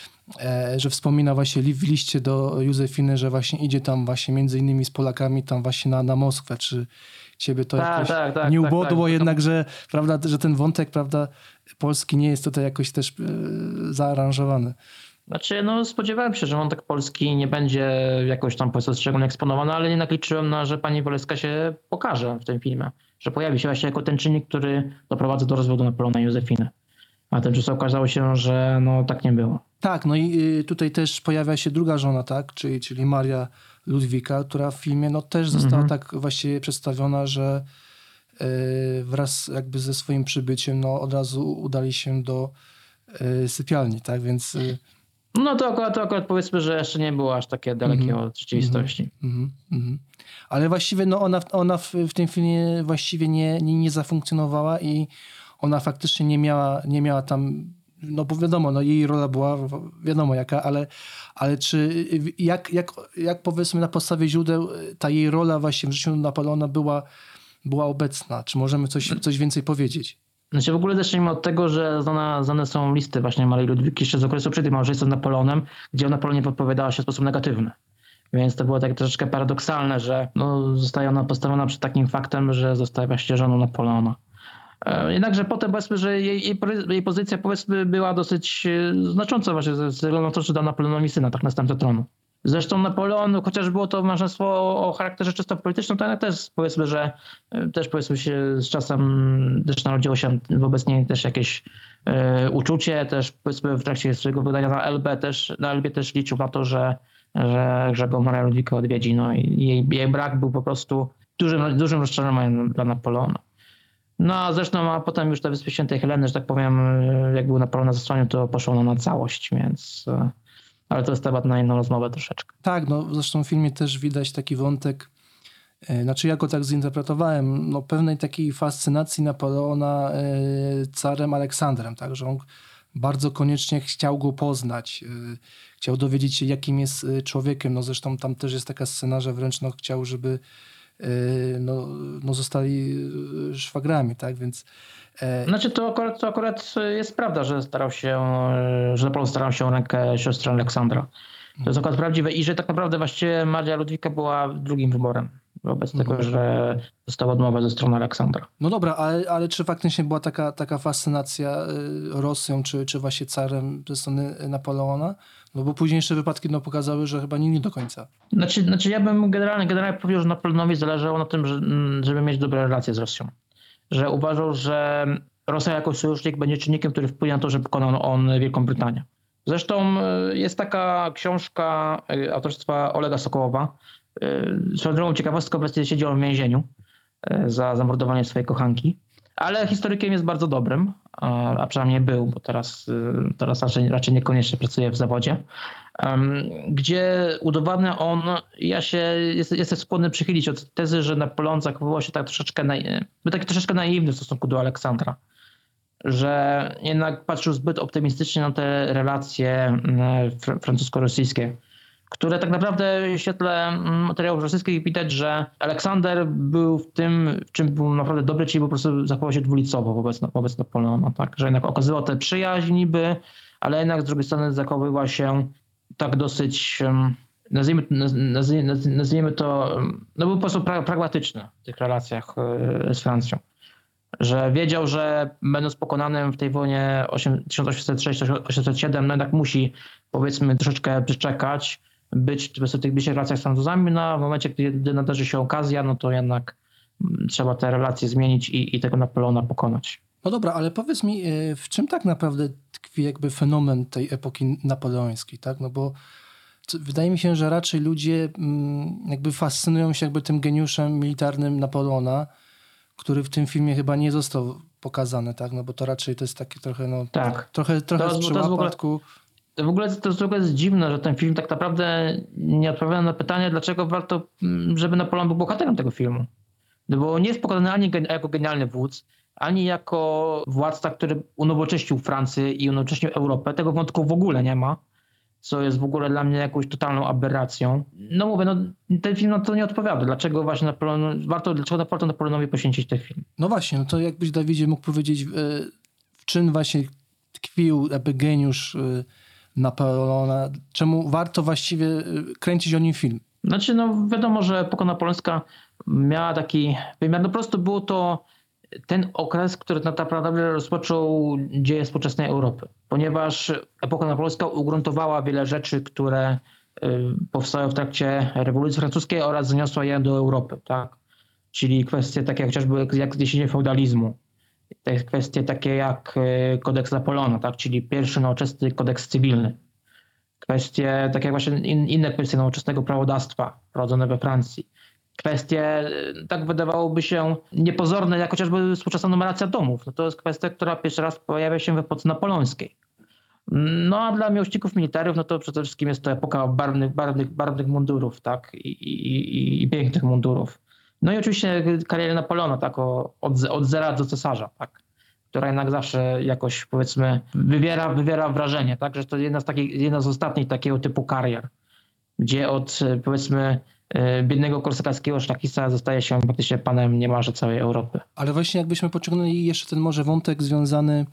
E, że wspomina właśnie w liście do Józefiny, że właśnie idzie tam właśnie między innymi z Polakami tam właśnie na, na Moskwę. Czy ciebie to tak, jakoś tak, tak, nie tak, ubodło tak, jednak, tak. Że, prawda, że ten wątek, prawda, polski nie jest tutaj jakoś też e, zaaranżowany? Znaczy, no spodziewałem się, że wątek polski nie będzie jakoś tam powiedzmy szczególnie eksponowany, ale jednak liczyłem na, że pani Walewska się pokaże w tym filmie. Że pojawi się właśnie jako ten czynnik, który doprowadza do rozwodu Napoleona i Józefiny. A tymczasem okazało się, że no tak nie było. Tak, no i tutaj też pojawia się druga żona, tak, czyli, czyli Maria Ludwika, która w filmie no też została mm-hmm. tak właściwie przedstawiona, że yy, wraz jakby ze swoim przybyciem no od razu udali się do yy, sypialni, tak, więc... Yy... No to akurat, to akurat powiedzmy, że jeszcze nie było aż takie dalekie mm-hmm. od rzeczywistości. Mm-hmm. Mm-hmm. Ale właściwie no ona, ona w, w tym filmie właściwie nie, nie, nie zafunkcjonowała i ona faktycznie nie miała, nie miała tam, no bo wiadomo, no jej rola była wiadomo jaka, ale, ale czy, jak, jak, jak powiedzmy na podstawie źródeł ta jej rola właśnie w życiu Napoleona była, była obecna? Czy możemy coś, coś więcej powiedzieć? Znaczy w ogóle zacznijmy od tego, że znane, znane są listy właśnie Marii Ludwiki jeszcze z okresu przed tym małżeństwem z Napoleonem, gdzie o Napoleonie podpowiadała się w sposób negatywny. Więc to było tak troszeczkę paradoksalne, że no, zostaje ona postawiona przed takim faktem, że zostaje właśnie żoną Napoleona. Jednakże potem powiedzmy, że jej, jej, jej pozycja powiedzmy była dosyć znacząca właśnie ze względu na to, że da Napoleonowi syna, tak następcę tronu. Zresztą Napoleon, chociaż było to małżeństwo o charakterze czysto politycznym, to jednak też powiedzmy, że też powiedzmy się z czasem też narodziło się wobec niej też jakieś e, uczucie, też powiedzmy w trakcie swojego wydania na Elbę też, na Elbie też liczył na to, że, że, że go Maria Ludwika odwiedzi. No i jej, jej brak był po prostu dużym, dużym rozczarowaniem dla Napoleona. No a zresztą a potem już te Wyspy Świętej Heleny, że tak powiem, jak był Napoleon na zasłoniu, to poszło ono na całość, więc... Ale to jest temat na inną rozmowę troszeczkę. Tak, no zresztą w filmie też widać taki wątek, e, znaczy ja go tak zinterpretowałem, no pewnej takiej fascynacji Napoleona e, carem Aleksandrem, tak, że on bardzo koniecznie chciał go poznać, e, chciał dowiedzieć się, jakim jest człowiekiem, no zresztą tam też jest taka scena, że wręcz no chciał, żeby e, no, no zostali szwagrami, tak, więc... E... Znaczy to akurat, to akurat jest prawda, że starał się, że Napoleon starał się o rękę siostry Aleksandra. To jest akurat prawdziwe i że tak naprawdę właściwie Maria Ludwika była drugim wyborem wobec tego, mhm. że dostała odmowę ze strony Aleksandra. No dobra, ale, ale czy faktycznie była taka, taka fascynacja Rosją, czy, czy właśnie carem ze strony Napoleona? No bo późniejsze wypadki no, pokazały, że chyba nie, nie do końca. Znaczy, znaczy ja bym generalnie, generalnie powiedział, że Napoleonowi zależało na tym, że, żeby mieć dobre relacje z Rosją. Że uważał, że Rosja jako sojusznik będzie czynnikiem, który wpłynie na to, że pokonał on Wielką Brytanię. Zresztą jest taka książka autorstwa Olega Sokołowa. Swoją drogą ciekawostką, obecnie siedział w więzieniu za zamordowanie swojej kochanki. Ale historykiem jest bardzo dobrym, a, a przynajmniej był, bo teraz, teraz raczej, raczej niekoniecznie pracuje w zawodzie. Um, gdzie udowadnia on, ja się jest, jestem skłonny przychylić od tezy, że Napoleon zachowywał się tak troszeczkę, na, był taki troszeczkę naiwny w stosunku do Aleksandra. Że jednak patrzył zbyt optymistycznie na te relacje fr- francusko-rosyjskie, które tak naprawdę w świetle materiałów rosyjskich widać, że Aleksander był w tym, w czym był naprawdę dobry, czyli po prostu zachował się dwulicowo wobec, wobec Napoleona. Tak? Że jednak okazywał tę przyjaźń niby, ale jednak z drugiej strony zachowywał się tak dosyć, nazwijmy, nazwijmy, nazwijmy to, no był po prostu pra- pragmatyczny w tych relacjach z Francją. Że wiedział, że będąc pokonanym w tej wojnie tysiąc osiemset sześć do tysiąc osiemset siedem, no jednak musi powiedzmy troszeczkę przeczekać, być w tych bliższych relacjach z Francuzami, no a w momencie, gdy nadarzy się okazja, no to jednak trzeba te relacje zmienić i, i tego Napoleona pokonać. No dobra, ale powiedz mi, w czym tak naprawdę tkwi jakby fenomen tej epoki napoleońskiej, tak? No bo wydaje mi się, że raczej ludzie jakby fascynują się jakby tym geniuszem militarnym Napoleona, który w tym filmie chyba nie został pokazany, tak? No bo to raczej to jest takie trochę, no... Tak. Trochę, trochę to, z przyłapadku. To w ogóle to, to w ogóle jest dziwne, że ten film tak naprawdę nie odpowiada na pytanie, dlaczego warto, żeby Napoleon był bohaterem tego filmu. No bo nie jest pokazany ani jako genialny wódz, ani jako władca, który unowocześnił Francję i unowocześnił Europę. Tego wątku w ogóle nie ma, co jest w ogóle dla mnie jakąś totalną aberracją. No mówię, no ten film na to nie odpowiada. Dlaczego właśnie Napoleon, warto, dlaczego warto Napoleonowi poświęcić ten film? No właśnie, no to jakbyś, Dawidzie, mógł powiedzieć, w czym właśnie tkwił jakby geniusz Napoleona, czemu warto właściwie kręcić o nim film? Znaczy, no wiadomo, że epoka napoleońska miała taki wymiar. No po prostu był to ten okres, który tak naprawdę rozpoczął dzieje współczesnej Europy. Ponieważ epoka napoleońska ugruntowała wiele rzeczy, które powstały w trakcie rewolucji francuskiej oraz zaniosła je do Europy. Tak? Czyli kwestie takie chociażby jak zniesienie feudalizmu. Te kwestie takie jak kodeks Napoleona, tak? Czyli pierwszy nowoczesny kodeks cywilny. Kwestie takie jak właśnie in, inne kwestie nowoczesnego prawodawstwa wprowadzone we Francji. Kwestie, tak wydawałoby się, niepozorne, jak chociażby współczesna numeracja domów. No to jest kwestia, która pierwszy raz pojawia się w epoce napoleońskiej. No a dla miłośników militarów, no to przede wszystkim jest to epoka barwnych, barwnych, barwnych mundurów, tak? I, i, i, i pięknych mundurów. No i oczywiście kariery Napoleona, tak? O, od, od zera do cesarza, tak? Która jednak zawsze jakoś, powiedzmy, wywiera, wywiera wrażenie, tak? Że to jedna z, takich, jedna z ostatnich takiego typu karier, gdzie od, powiedzmy, biednego korsykańskiego szlachcica zostaje się praktycznie panem niemalże całej Europy. Ale właśnie jakbyśmy pociągnęli jeszcze ten może wątek związany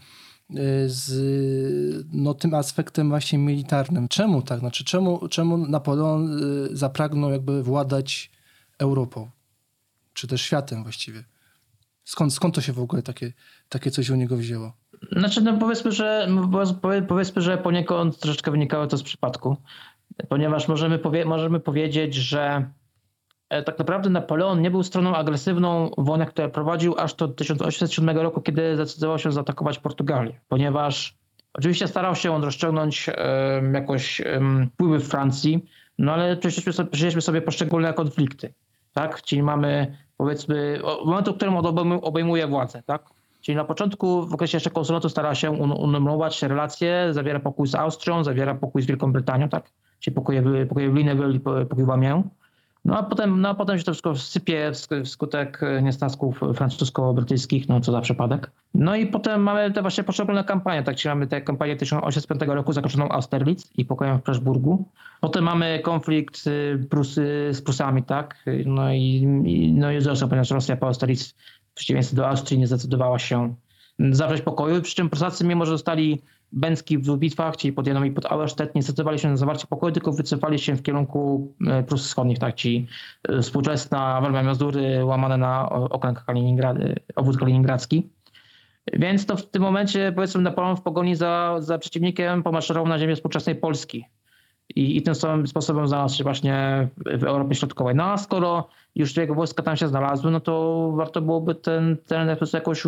z no, tym aspektem właśnie militarnym. Czemu tak? Znaczy, czemu, czemu Napoleon zapragnął jakby władać Europą? Czy też światem właściwie? Skąd, skąd to się w ogóle takie, takie coś u niego wzięło? Znaczy, no powiedzmy, że powiedzmy, że poniekąd troszeczkę wynikało to z przypadku. ponieważ możemy, powie- możemy powiedzieć, że tak naprawdę Napoleon nie był stroną agresywną w wojnach, które prowadził aż do tysiąc osiemset siódmego roku, kiedy zdecydował się zaatakować Portugalię, ponieważ oczywiście starał się on rozciągnąć um, jakoś um, wpływy w Francji, no ale przeszliśmy sobie, przeszliśmy sobie poszczególne konflikty, tak? Czyli mamy powiedzmy moment, w którym on obejmuje władzę, tak? Czyli na początku w okresie jeszcze konsulatu stara się unormować relacje, zawiera pokój z Austrią, zawiera pokój z Wielką Brytanią, tak? Czyli pokoje, pokoje w Linewyl i pokój w Amiens. No a potem, no a potem się to wszystko sypie wskutek niesnasków francusko-brytyjskich, no co za przypadek. No i potem mamy te właśnie poszczególne kampanie, tak, czyli mamy tę kampanię tysiąc osiemset piątego roku zakończoną Austerlitz i pokojem w Pressburgu. Potem mamy konflikt Prusy z Prusami, tak, no i, no i z Rosją, ponieważ Rosja po Austerlitz w przeciwieństwie do Austrii nie zdecydowała się zawrzeć pokoju, przy czym Prusacy, mimo że dostali Bęcki w dwóch bitwach, czyli pod Janą i pod Auerstedt, nie zdecydowali się na zawarcie pokoju, tylko wycofali się w kierunku Prus Wschodnich, tak, czyli współczesna Warmia Mazury łamane na okręg Kaliningrad, obwód kaliningradzki. Więc to w tym momencie, powiedzmy, Napoleon w pogoni za, za przeciwnikiem pomaszerował na ziemię współczesnej Polski. I, I tym samym sposobem znalazł się właśnie w Europie Środkowej. No a skoro już jego wojska tam się znalazły, no to warto byłoby ten teren jakoś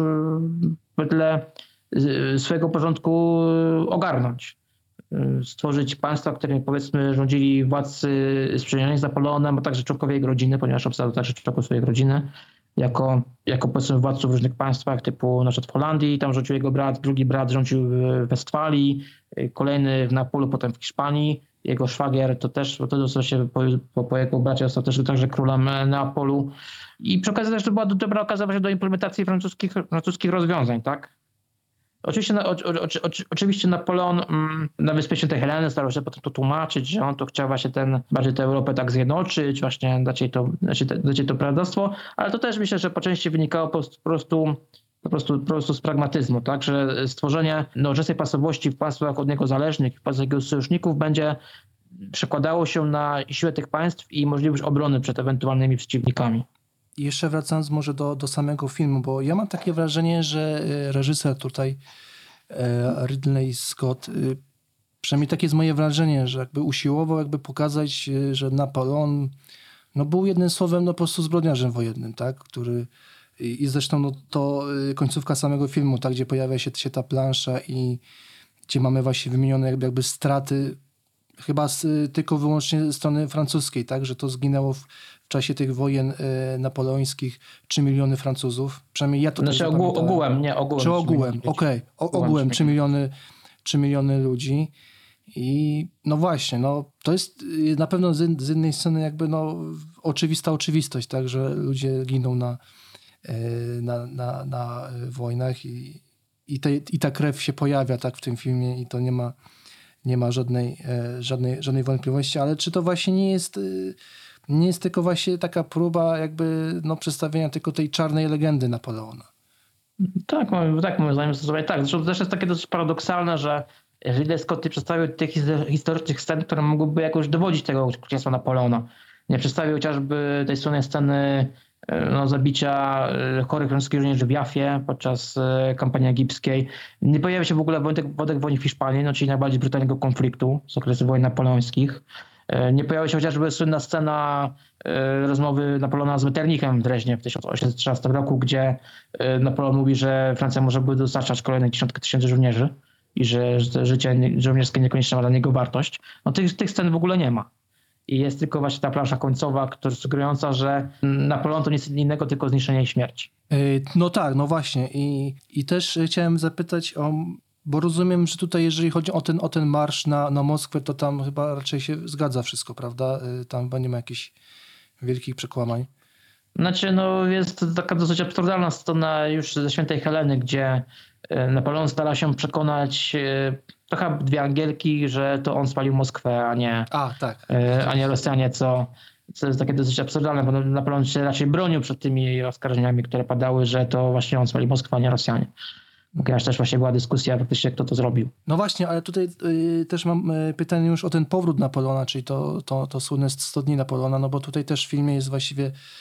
wedle swojego porządku ogarnąć. Stworzyć państwa, którymi powiedzmy rządzili władcy sprzyjani z Napoleonem, a także członkowie jego rodziny, ponieważ obsadzały także członków swojej rodziny, jako, jako powiedzmy władców w różnych państwach, typu na przykład w Holandii, tam rządził jego brat, drugi brat rządził w Westfalii, kolejny w Neapolu, potem w Hiszpanii. Jego szwagier to też, to dostał się po, po, po jego bracie, został też także królem Neapolu. I przy okazji też to była dobra okazja właśnie do implementacji francuskich, francuskich rozwiązań, tak? Oczywiście, o, o, o, oczywiście Napoleon mm, na Wyspie Świętej Heleny starał się potem to tłumaczyć, że on to chciał właśnie ten, bardziej tę Europę tak zjednoczyć, właśnie dać jej to, dać jej, dać jej to prawodawstwo, ale to też myślę, że po części wynikało po prostu, po prostu, po prostu z pragmatyzmu, tak, że stworzenie nowoczesnej państwowości w państwach od niego zależnych, w państwach jego sojuszników będzie przekładało się na siłę tych państw i możliwość obrony przed ewentualnymi przeciwnikami. I jeszcze wracając może do, do samego filmu, bo ja mam takie wrażenie, że reżyser tutaj Ridley Scott, przynajmniej takie jest moje wrażenie, że jakby usiłował jakby pokazać, że Napoleon no był jednym słowem no po prostu zbrodniarzem wojennym, tak, który i zresztą no, to końcówka samego filmu, tak, gdzie pojawia się, się ta plansza i gdzie mamy właśnie wymienione jakby, jakby straty chyba z, tylko wyłącznie ze strony francuskiej, tak, że to zginęło w, w czasie tych wojen e, napoleońskich trzy miliony Francuzów. Przynajmniej ja to znaczy też ogół, ogółem, nie ogółem. Czy ogółem, okej. Okay. Ogółem trzy miliony, trzy miliony ludzi. I no właśnie, no to jest na pewno z, z jednej strony jakby no oczywista oczywistość, tak, że ludzie giną na, na, na, na wojnach i, i, te, i ta krew się pojawia tak w tym filmie i to nie ma nie ma żadnej, żadnej, żadnej wątpliwości, ale czy to właśnie nie jest nie jest tylko właśnie taka próba jakby no przedstawienia tylko tej czarnej legendy Napoleona? Tak, tak moim zdaniem sobie tak. Zresztą też jest takie dosyć paradoksalne, że Ridley Scott przedstawił tych historycznych scen, które mogłyby jakoś dowodzić tego królestwa Napoleona. Nie przedstawił chociażby tej słynnej sceny no, zabicia chorych francuskich żołnierzy w Jaffie podczas kampanii egipskiej. Nie pojawia się w ogóle wątek, wątek wojny w Hiszpanii, no, czyli najbardziej brutalnego konfliktu z okresu wojen napoleońskich. Nie pojawia się chociażby słynna scena rozmowy Napoleona z Metternichem w Dreźnie w tysiąc osiemset trzynastym roku, gdzie Napoleon mówi, że Francja może by dostarczać kolejne dziesiątki tysięcy żołnierzy i że, że życie żołnierskie niekoniecznie ma dla niego wartość. No tych, tych scen w ogóle nie ma. I jest tylko właśnie ta plansza końcowa, która sugerująca, że Napoleon to nic innego, tylko zniszczenie i śmierć. No tak, no właśnie. I, i też chciałem zapytać o... Bo rozumiem, że tutaj jeżeli chodzi o ten, o ten marsz na, na Moskwę, to tam chyba raczej się zgadza wszystko, prawda? Tam chyba nie ma jakichś wielkich przekłamań. Znaczy, no jest taka dosyć absurdalna scena już ze Świętej Heleny, gdzie Napoleon stara się przekonać trochę dwie Angielki, że to on spalił Moskwę, a nie, a, tak. a nie Rosjanie, co, co jest takie dosyć absurdalne, bo Napoleon się raczej bronił przed tymi oskarżeniami, które padały, że to właśnie on spalił Moskwę, a nie Rosjanie. Ponieważ też właśnie była dyskusja faktycznie, kto to zrobił. No właśnie, ale tutaj y, też mam y, pytanie już o ten powrót Napoleona, czyli to, to, to słynne sto dni Napoleona, no bo tutaj też w filmie jest właściwie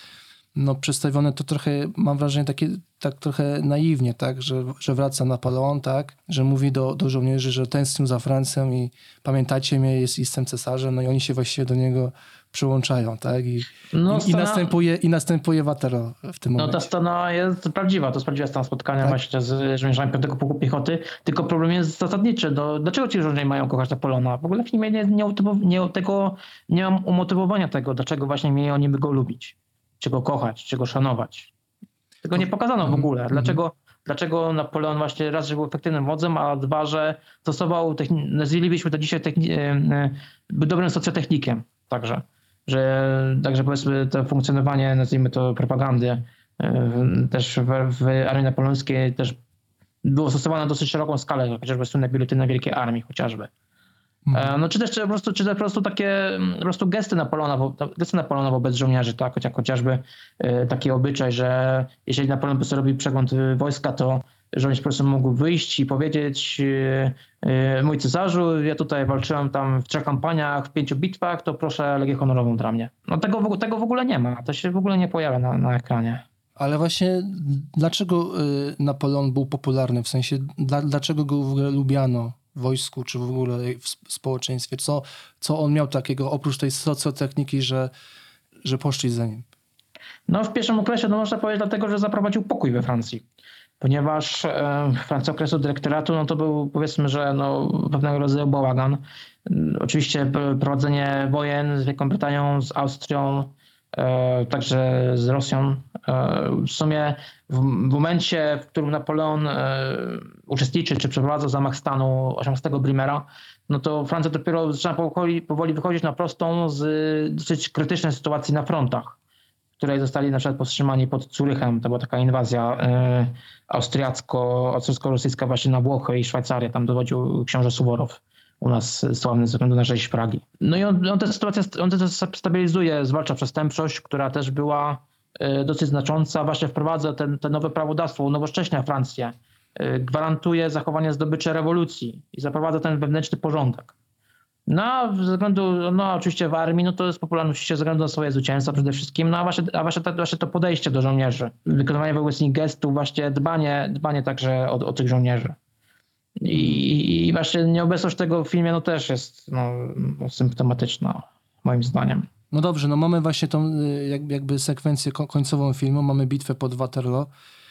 no przedstawione to trochę, mam wrażenie, takie tak trochę naiwnie, tak, że, że wraca Napoleon, tak, że mówi do, do żołnierzy, że tęsknił za Francją i pamiętacie mnie, jest, jestem cesarzem, no i oni się właściwie do niego przyłączają, tak, i, no, i, scena... i następuje i następuje Waterloo w tym momencie. No ta scena jest prawdziwa, to jest prawdziwa scena spotkania tak? właśnie z żołnierzami piątego Pułku Piechoty, tylko problem jest zasadniczy, no, dlaczego ci żołnierze mają kochać Napoleona? W ogóle w filmie nie, nie, nie, tego, nie mam umotywowania tego, dlaczego właśnie mieli oni go lubić, czy go kochać, czy go szanować. Tego nie pokazano w ogóle. Dlaczego, mm-hmm. dlaczego Napoleon właśnie raz, że był efektywnym wodzem, a dwa, że stosował, techni- nazwalibyśmy to dzisiaj, techni- był dobrym socjotechnikiem także. Że także powiedzmy to funkcjonowanie, nazwijmy to propagandy też w, w armii napoleońskiej też było stosowane na dosyć szeroką skalę, chociażby słynne biuletyny Wielkiej Armii chociażby. Mhm. No czy też czy po prostu, czy też po prostu takie po prostu gesty Napoleona, gesty Napoleona wobec żołnierzy, tak? Chociaż, chociażby taki obyczaj, że jeżeli Napoleon by sobie robił przegląd wojska, to żołnierz po prostu mógł wyjść i powiedzieć: mój cesarzu, ja tutaj walczyłem tam w trzech kampaniach, w pięciu bitwach, to proszę Legię Honorową dla mnie. No tego, tego w ogóle nie ma, to się w ogóle nie pojawia na, na ekranie. Ale właśnie dlaczego Napoleon był popularny? W sensie, dla, dlaczego go w ogóle lubiano w wojsku, czy w ogóle w społeczeństwie? Co, co on miał takiego, oprócz tej socjotechniki, że, że poszli za nim? No w pierwszym okresie, no można powiedzieć dlatego, że zaprowadził pokój we Francji. Ponieważ e, Francja okresu dyrektoratu, no to był, powiedzmy, że no, pewnego rodzaju bałagan. Oczywiście prowadzenie wojen z Wielką Brytanią, z Austrią, e, także z Rosją. E, w sumie w, w momencie, w którym Napoleon e, uczestniczy, czy przeprowadza zamach stanu osiemnastego Brimera, no to Francja dopiero zaczyna powoli, powoli wychodzić na prostą z dosyć krytycznej sytuacji na frontach, której zostali na przykład powstrzymani pod Zurychem. To była taka inwazja y, austriacko, austriacko-rosyjska właśnie na Włochy i Szwajcarię. Tam dowodził książę Suworow, u nas sławny ze względu na rzeź Pragi. No i on, on tę sytuację on tę stabilizuje, zwalcza przestępczość, która też była y, dosyć znacząca. Właśnie wprowadza ten, ten nowe prawodawstwo, unowocześnia Francję, y, gwarantuje zachowanie zdobyczy rewolucji i zaprowadza ten wewnętrzny porządek. No, ze względu, no oczywiście w armii, no to jest popularność ze względu na swoje zwycięstwa przede wszystkim, no a właśnie, a właśnie, to, właśnie to podejście do żołnierzy, wykonywanie wobec nich gestów, właśnie dbanie, dbanie także o, o tych żołnierzy. I, I właśnie nieobecność tego w filmie no też jest no, symptomatyczna, moim zdaniem. No dobrze, no mamy właśnie tą jakby sekwencję końcową filmu, mamy bitwę pod Waterloo.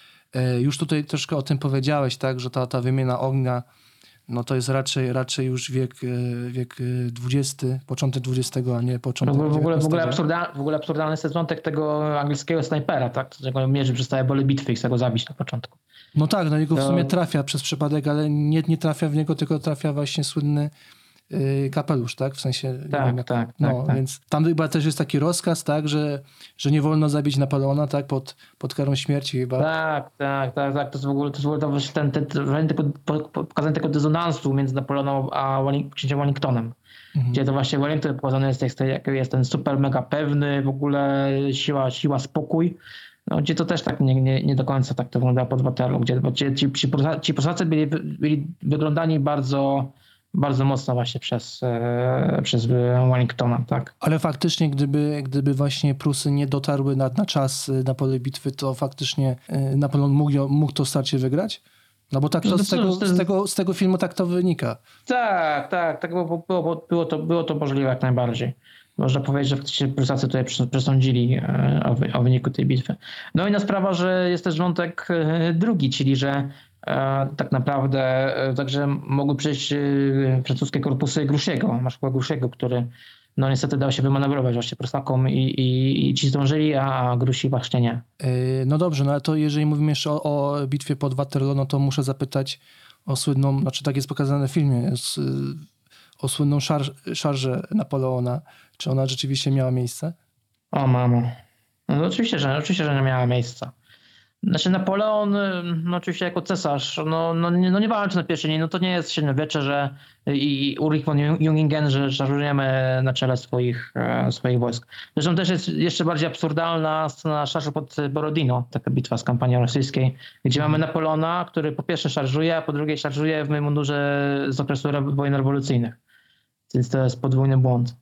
Już tutaj troszkę o tym powiedziałeś, tak, że ta, ta wymiana ognia, no to jest raczej, raczej już wiek, wiek dwudziesty, początek dwudziestego, a nie początek w ogóle, w ogóle, absurda, w ogóle absurdalny jest wątek tego angielskiego snajpera, tak? Którego mierzy przestaje pole bitwy i chce go zabić na początku. No tak, no jego w sumie trafia przez przypadek, ale nie, nie trafia w niego, tylko trafia właśnie słynny yy, kapelusz, tak? W sensie... Tak, wiem, jak, tak, no, tak, tak. Więc tam chyba też jest taki rozkaz, tak, że, że nie wolno zabić Napoleona, tak? Pod, pod karą śmierci chyba. Tak, tak, tak, tak. To jest w ogóle, to jest w ogóle ten, ten, ten, ten, pokazanie tego dysonansu między Napoleonem a Welling, księciem Wellingtonem. Mhm. Gdzie to właśnie Wellington pokazany jest, jest, jest ten super mega pewny, w ogóle siła, siła spokój. No, gdzie to też tak nie, nie, nie do końca tak to wygląda pod Waterloo, gdzie, gdzie ci, ci, ci posadcy byli, byli wyglądani bardzo, bardzo mocno właśnie przez, e, przez Wellingtona, tak. Ale faktycznie, gdyby, gdyby właśnie Prusy nie dotarły na, na czas na pole bitwy, to faktycznie Napoleon mógł, mógł to starcie wygrać? No bo tak to z tego, z, tego, z tego filmu tak to wynika. Tak, tak, tak było, było, było, to, było to możliwe jak najbardziej. Można powiedzieć, że faktycznie Prusacy tutaj przesądzili o, o wyniku tej bitwy. No inna sprawa, że jest też wątek drugi, czyli że e, tak naprawdę e, także mogły przyjść e, francuskie korpusy Grouchy'ego, marszałka Grouchy'ego, który no niestety dał się wymanewrować właśnie Prusakom i, i, i ci zdążyli, a Grouchy właśnie nie. Yy, no dobrze, no ale to jeżeli mówimy jeszcze o, o bitwie pod Waterloo, no to muszę zapytać o słynną, znaczy tak jest pokazane w filmie, z, o słynną szar, szarżę Napoleona. Czy ona rzeczywiście miała miejsce? O mamo. No oczywiście, że, oczywiście, że nie miała miejsca. Znaczy Napoleon, no oczywiście jako cesarz, no, no, nie, no nie walczy na pierwszej linii, no to nie jest średniowiecze, że i Ulrich von Jungingen, że szarżujemy na czele swoich, swoich wojsk. Zresztą też jest jeszcze bardziej absurdalna scena szarżu pod Borodino, taka bitwa z kampanii rosyjskiej, gdzie mamy Napoleona, który po pierwsze szarżuje, a po drugie szarżuje w mundurze z okresu wojen rewolucyjnych. Więc to jest podwójny błąd.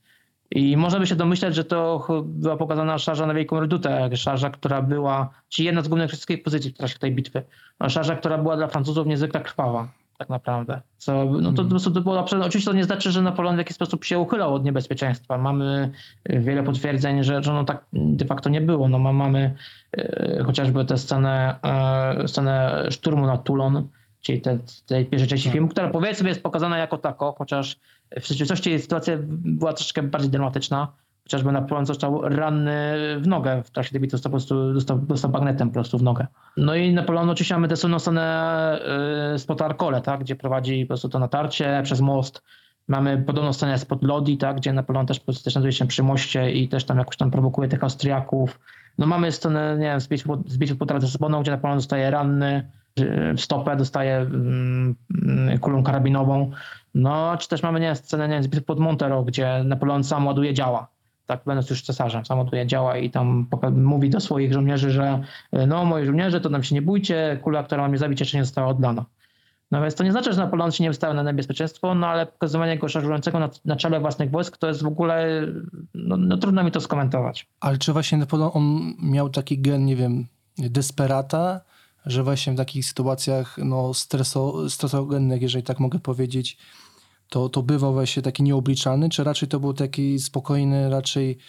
I można by się domyśleć, że to była pokazana szarża na Wielką Redutę, szarża, która była, czyli jedna z głównych wszystkich pozycji w trakcie tej bitwy. Szarża, która była dla Francuzów niezwykle krwawa, tak naprawdę. Co, no to, to, to było, oczywiście to nie znaczy, że Napoleon w jakiś sposób się uchylał od niebezpieczeństwa. Mamy wiele potwierdzeń, że, że no tak de facto nie było. No, mamy e, chociażby tę scenę, e, scenę szturmu na Toulon, czyli te, tej pierwszej części filmu, która powiedzmy jest pokazana jako tako, chociaż w rzeczywistości sytuacja była troszkę bardziej dramatyczna. Chociażby Napoleon został ranny w nogę w trakcie tej bitwy, po prostu dostał, dostał bagnetem po prostu w nogę. No i Napoleon oczywiście mamy tę słynną scenę spod Arcole, tak, gdzie prowadzi po prostu to natarcie przez most. Mamy podobną scenę spod Lodi, tak, gdzie Napoleon też, też znajduje się przy moście i też tam jakoś tam prowokuje tych Austriaków. No mamy scenę, nie wiem, z bitwy, z bitwy pod Ratysoboną, gdzie Napoleon zostaje ranny w stopę, dostaje mm, kulą karabinową. No, czy też mamy, nie wiem, scenę, nie wiem, z bitwy pod Montero, gdzie Napoleon sam ładuje działa. Tak, będąc już cesarzem, sam ładuje działa i tam mówi do swoich żołnierzy, że no, moi żołnierze, to nam się nie bójcie, kula, która ma mnie zabić, jeszcze nie została oddana. No więc to nie znaczy, że Napoleon się nie wystawiał na niebezpieczeństwo, no ale pokazywanie go szarżującego na, na czele własnych wojsk to jest w ogóle, no, no trudno mi to skomentować. Ale czy właśnie Napoleon, on miał taki gen, nie wiem, desperata, że właśnie w takich sytuacjach no, streso, stresogennych, jeżeli tak mogę powiedzieć, to, to bywał właśnie taki nieobliczalny, czy raczej to był taki spokojny, raczej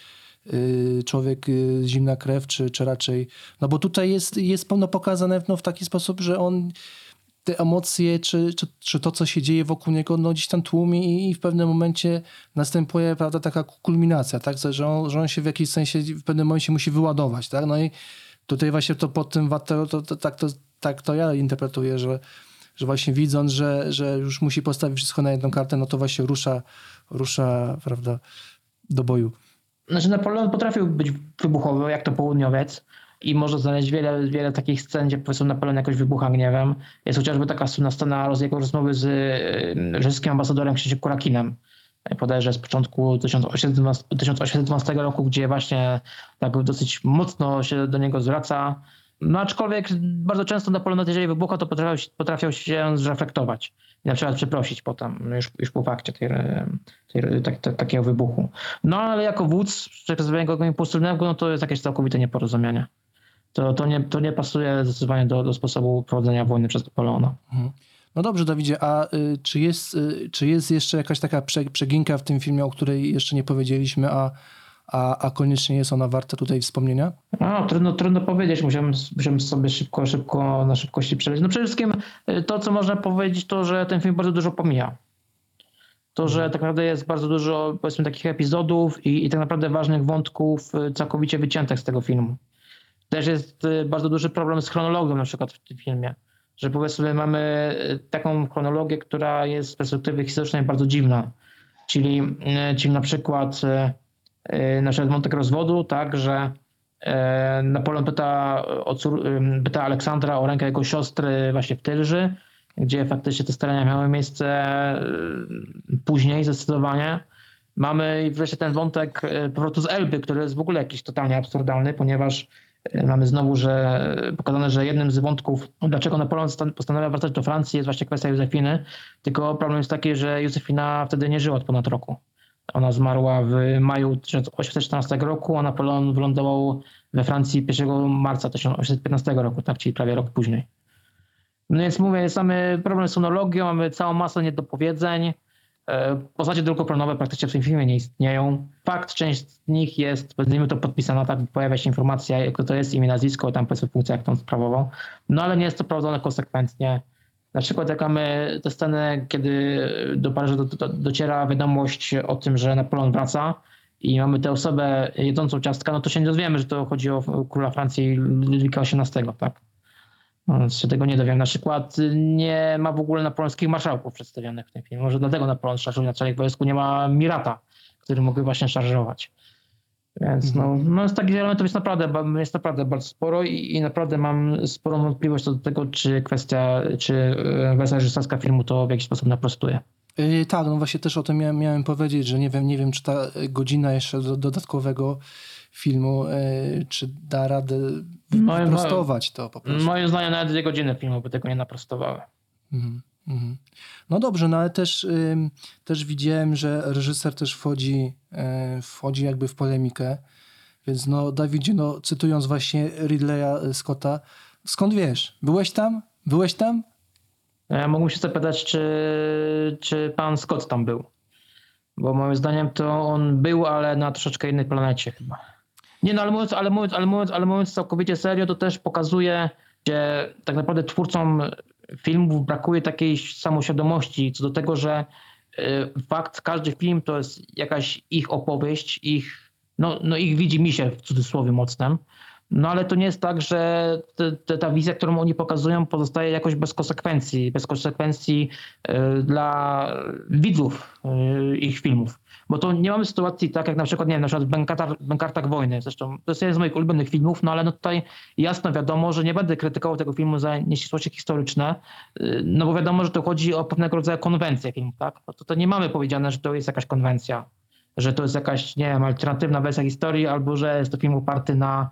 yy, człowiek yy, zimna krew, czy, czy raczej... No bo tutaj jest, jest no, pokazane no, w taki sposób, że on te emocje, czy, czy, czy to, co się dzieje wokół niego, no gdzieś tam tłumi i, i w pewnym momencie następuje, prawda, taka kulminacja, tak, że on, że on się w jakimś sensie w pewnym momencie musi wyładować, tak, no i tutaj właśnie to pod tym Waterloo, to, to, tak, to, tak to ja interpretuję, że że właśnie widząc, że, że już musi postawić wszystko na jedną kartę, no to właśnie rusza, rusza, prawda, do boju. Znaczy Napoleon potrafił być wybuchowy, jak to południowiec i może znaleźć wiele, wiele takich scen, gdzie po prostu Napoleon jakoś wybucha gniewem. Jest chociażby taka słynna scena z jego rozmowy z żydowskim ambasadorem Krzysztofem Kurakinem, podejrzewam z początku tysiąc osiemset dwunastego roku, gdzie właśnie tak dosyć mocno się do niego zwraca. No aczkolwiek bardzo często Napoleon, jeżeli wybucha, to potrafiał, potrafiał się zreflektować i na przykład przeprosić potem, już, już po fakcie tej, tej, tak, tak, takiego wybuchu. No ale jako wódz przekazywania go impulsywnego, no to jest jakieś całkowite nieporozumienie. To, to, nie, to nie pasuje zdecydowanie do, do sposobu prowadzenia wojny przez Napoleona. Mhm. No dobrze, Dawidzie, a y, czy, jest, y, czy jest jeszcze jakaś taka prze, przeginka w tym filmie, o której jeszcze nie powiedzieliśmy, a A, a koniecznie jest ona warta tutaj wspomnienia? No, trudno, trudno powiedzieć, musiałem, musiałem sobie szybko, szybko na szybkości przelecieć. No przede wszystkim to, co można powiedzieć, to, że ten film bardzo dużo pomija. To, że tak naprawdę jest bardzo dużo, powiedzmy, takich epizodów i, i tak naprawdę ważnych wątków całkowicie wyciętych z tego filmu. Też jest bardzo duży problem z chronologią na przykład w tym filmie. Że powiedzmy mamy taką chronologię, która jest z perspektywy historycznej bardzo dziwna. Czyli, czyli na przykład na przykład wątek rozwodu, tak, że Napoleon pyta, o cór, pyta Aleksandra o rękę jego siostry właśnie w Tylży, gdzie faktycznie te starania miały miejsce później zdecydowanie. Mamy wreszcie ten wątek powrotu z Elby, który jest w ogóle jakiś totalnie absurdalny, ponieważ mamy znowu, że pokazane, że jednym z wątków, dlaczego Napoleon postanawia wracać do Francji, jest właśnie kwestia Józefiny, tylko problem jest taki, że Józefina wtedy nie żyła od ponad roku. Ona zmarła w maju tysiąc osiemset czternastego roku, a Napoleon wylądował we Francji pierwszego marca tysiąc osiemset piętnastego roku, tak, czyli prawie rok później. No więc mówię, mamy problem z chronologią, mamy całą masę niedopowiedzeń. Postacie drugoplanowe praktycznie w tym filmie nie istnieją. Fakt, część z nich jest, powiedzmy to podpisana, tak, pojawia się informacja, kto to jest, imię, nazwisko, tam powiedzmy funkcja, jak to on sprawował. No ale nie jest to prowadzone konsekwentnie. Na przykład jak mamy tę scenę, kiedy do Paryża do, do, dociera wiadomość o tym, że Napoleon wraca i mamy tę osobę jedzącą ciastka, no to się nie dowiemy, że to chodzi o króla Francji Ludwika osiemnastego, tak? No, się tego nie dowiem. Na przykład nie ma w ogóle napoleońskich marszałków przedstawionych w tym filmie. Może dlatego Napoleon szarżuje na czele wojsku, nie ma Mirata, który mógłby właśnie szarżować. Więc no, no z takich elementów jest naprawdę, jest naprawdę bardzo sporo i, i naprawdę mam sporą wątpliwość co do tego, czy kwestia, czy wersja reżyserska filmu to w jakiś sposób naprostuje. Yy, tak, no właśnie też o tym miałem, miałem powiedzieć, że nie wiem, nie wiem, czy ta godzina jeszcze do, dodatkowego filmu, yy, czy da radę naprostować to po prostu. Moim zdaniem nawet dwie godziny filmu by tego nie naprostowały. Mhm. Mhm. No dobrze, no ale też, ym, też widziałem, że reżyser też wchodzi, y, wchodzi jakby w polemikę, więc no Dawidzie, no cytując właśnie Ridleya Scotta, skąd wiesz? Byłeś tam? Byłeś tam? Ja mógłbym się zapytać, czy, czy pan Scott tam był. Bo moim zdaniem to on był, ale na troszeczkę innej planecie chyba. Nie no, ale mówiąc, ale mówiąc, ale mówiąc, ale mówiąc całkowicie serio, to też pokazuje, że tak naprawdę twórcom filmów brakuje takiej samoświadomości co do tego, że y, fakt, każdy film to jest jakaś ich opowieść, ich, no, no ich widzimisię w cudzysłowie mocnym. No ale to nie jest tak, że te, te, ta wizja, którą oni pokazują, pozostaje jakoś bez konsekwencji, bez konsekwencji y, dla widzów y, ich filmów. Bo to nie mamy sytuacji tak jak na przykład, nie wiem, na przykład w Bękartach, Bękartach Wojny. Zresztą to jest jeden z moich ulubionych filmów, no ale no tutaj jasno wiadomo, że nie będę krytykował tego filmu za nieścisłości historyczne, y, no bo wiadomo, że to chodzi o pewnego rodzaju konwencję filmu, tak? No to, to nie mamy powiedziane, że to jest jakaś konwencja, że to jest jakaś, nie wiem, alternatywna wersja historii, albo że jest to film oparty na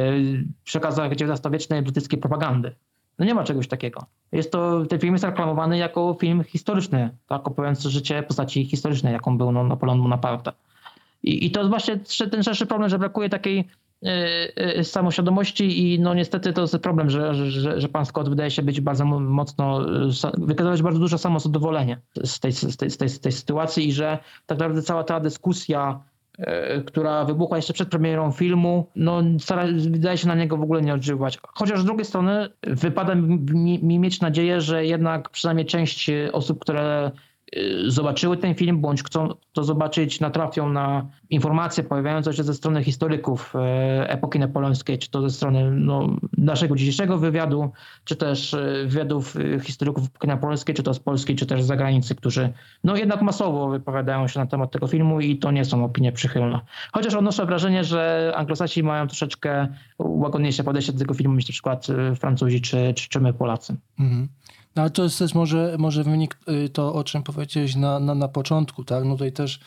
przekazach dziewiętnastowiecznej brytyjskiej propagandy. No nie ma czegoś takiego. Jest to, ten film jest reklamowany jako film historyczny, tak, opowiadający życie postaci historycznej, jaką był no, Napoleon Bonaparte. I, I to jest właśnie ten szerszy problem, że brakuje takiej y, y, samoświadomości i no niestety to jest problem, że, że, że pan Scott wydaje się być bardzo mocno, wykazywać bardzo duże samozadowolenie z tej, z, tej, z, tej, z tej sytuacji i że tak naprawdę cała ta dyskusja, która wybuchła jeszcze przed premierą filmu, no stara, wydaje się na niego w ogóle nie odżywać. Chociaż z drugiej strony wypada mi, mi mieć nadzieję, że jednak przynajmniej część osób, które zobaczyły ten film, bądź chcą to zobaczyć, natrafią na informacje pojawiające się ze strony historyków epoki napoleońskiej, czy to ze strony no, naszego dzisiejszego wywiadu, czy też wywiadów historyków epoki napoleońskiej, czy to z Polski, czy też z zagranicy, którzy no jednak masowo wypowiadają się na temat tego filmu i to nie są opinie przychylne. Chociaż odnoszę wrażenie, że Anglosasi mają troszeczkę łagodniejsze podejście do tego filmu niż na przykład Francuzi, czy, czy, czy my Polacy. Mhm. No ale to jest też może, może wynik to, o czym powiedziałeś na, na, na początku, tak? No tutaj też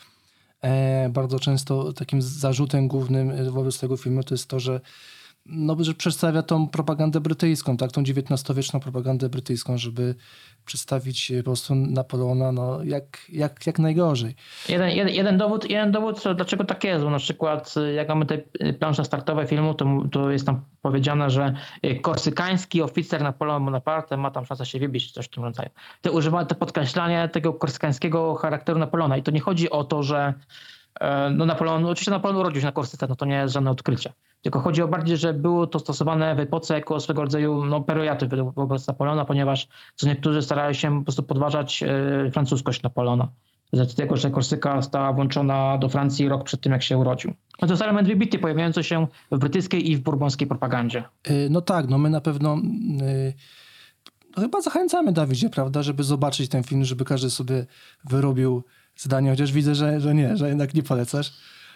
e, bardzo często takim zarzutem głównym wobec tego filmu to jest to, że, no, że przedstawia tą propagandę brytyjską, tak? Tą dziewiętnastowieczną propagandę brytyjską, żeby przedstawić po prostu Napoleona no, jak, jak, jak najgorzej. Jeden, jeden, jeden, dowód, jeden dowód, dlaczego tak jest, bo na przykład jak mamy te plansze startowe filmu, to, to jest tam powiedziane, że korsykański oficer Napoleon Bonaparte ma tam szansę się wybić, coś w tym rodzaju. To używa to podkreślanie tego korsykańskiego charakteru Napoleona i to nie chodzi o to, że no Napoleon, oczywiście Napoleon urodził się na Korsyce, no to nie jest żadne odkrycie. Tylko chodzi o bardziej, że było to stosowane w epoce jako swego rodzaju no, perojaty wobec Napoleona, ponieważ co niektórzy starali się po prostu podważać e, francuskość Napoleona. Z racji tego, że Korsyka została włączona do Francji rok przed tym, jak się urodził. No to jest element wybitny pojawiający się w brytyjskiej i w burbońskiej propagandzie. No tak, no my na pewno yy, chyba zachęcamy, Dawidzie, prawda, żeby zobaczyć ten film, żeby każdy sobie wyrobił zdanie, chociaż widzę, że, że nie, że jednak nie polecasz.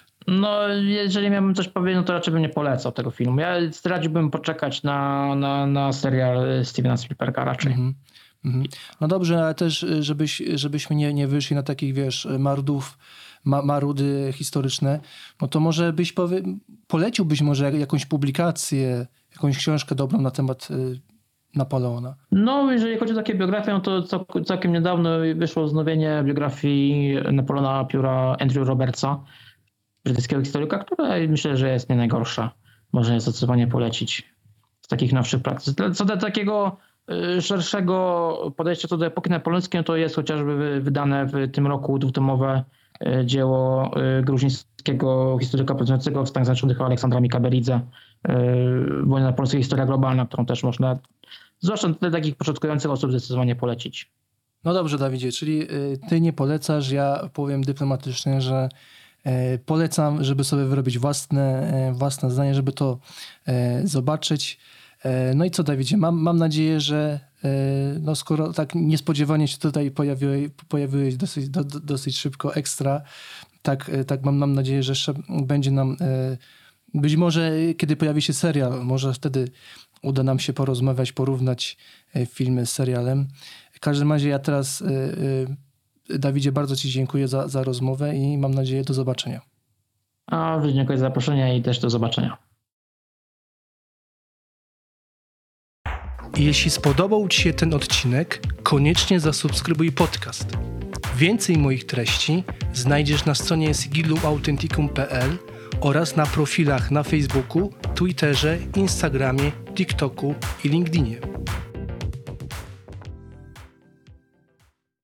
No, jeżeli miałbym coś powiedzieć, no to raczej bym nie polecał tego filmu. Ja radziłbym poczekać na, na, na serial Stevena Spielberga raczej. Mm-hmm. Mm-hmm. No dobrze, ale też żebyś, żebyśmy nie, nie wyszli na takich, wiesz, marudów, ma, marudy historyczne, no to może byś powie, poleciłbyś może jakąś publikację, jakąś książkę dobrą na temat y, Napoleona. No, jeżeli chodzi o takie biografie, no to całkiem niedawno wyszło wznowienie biografii Napoleona pióra Andrew Robertsa, brytyjskiego historyka, która myślę, że jest nie najgorsza. Można zdecydowanie polecić z takich nowszych prac. Co do takiego szerszego podejścia co do epoki napoleońskiej, no to jest chociażby wydane w tym roku dwutomowe dzieło gruzińskiego historyka pracującego w Stanach Zjednoczonych Aleksandra Mikaberidze, Wojna napoleońska, historia globalna, którą też można, zwłaszcza dla takich początkujących osób, zdecydowanie polecić. No dobrze, Dawidzie, czyli ty nie polecasz, ja powiem dyplomatycznie, że polecam, żeby sobie wyrobić własne, własne zdanie, żeby to zobaczyć. No i co, Dawidzie, mam, mam nadzieję, że no skoro tak niespodziewanie się tutaj pojawiłeś, pojawiłeś dosyć, do, dosyć szybko, ekstra, tak, tak mam, mam nadzieję, że jeszcze będzie nam, być może kiedy pojawi się serial, może wtedy uda nam się porozmawiać, porównać filmy z serialem. W każdym razie ja teraz, Dawidzie, bardzo ci dziękuję za, za rozmowę i mam nadzieję do zobaczenia. A dziękuję za zaproszenie i też do zobaczenia. I jeśli spodobał Ci się ten odcinek, koniecznie zasubskrybuj podcast. Więcej moich treści znajdziesz na stronie sigillum authenticum kropka p l oraz na profilach na Facebooku, Twitterze, Instagramie, TikToku i LinkedInie.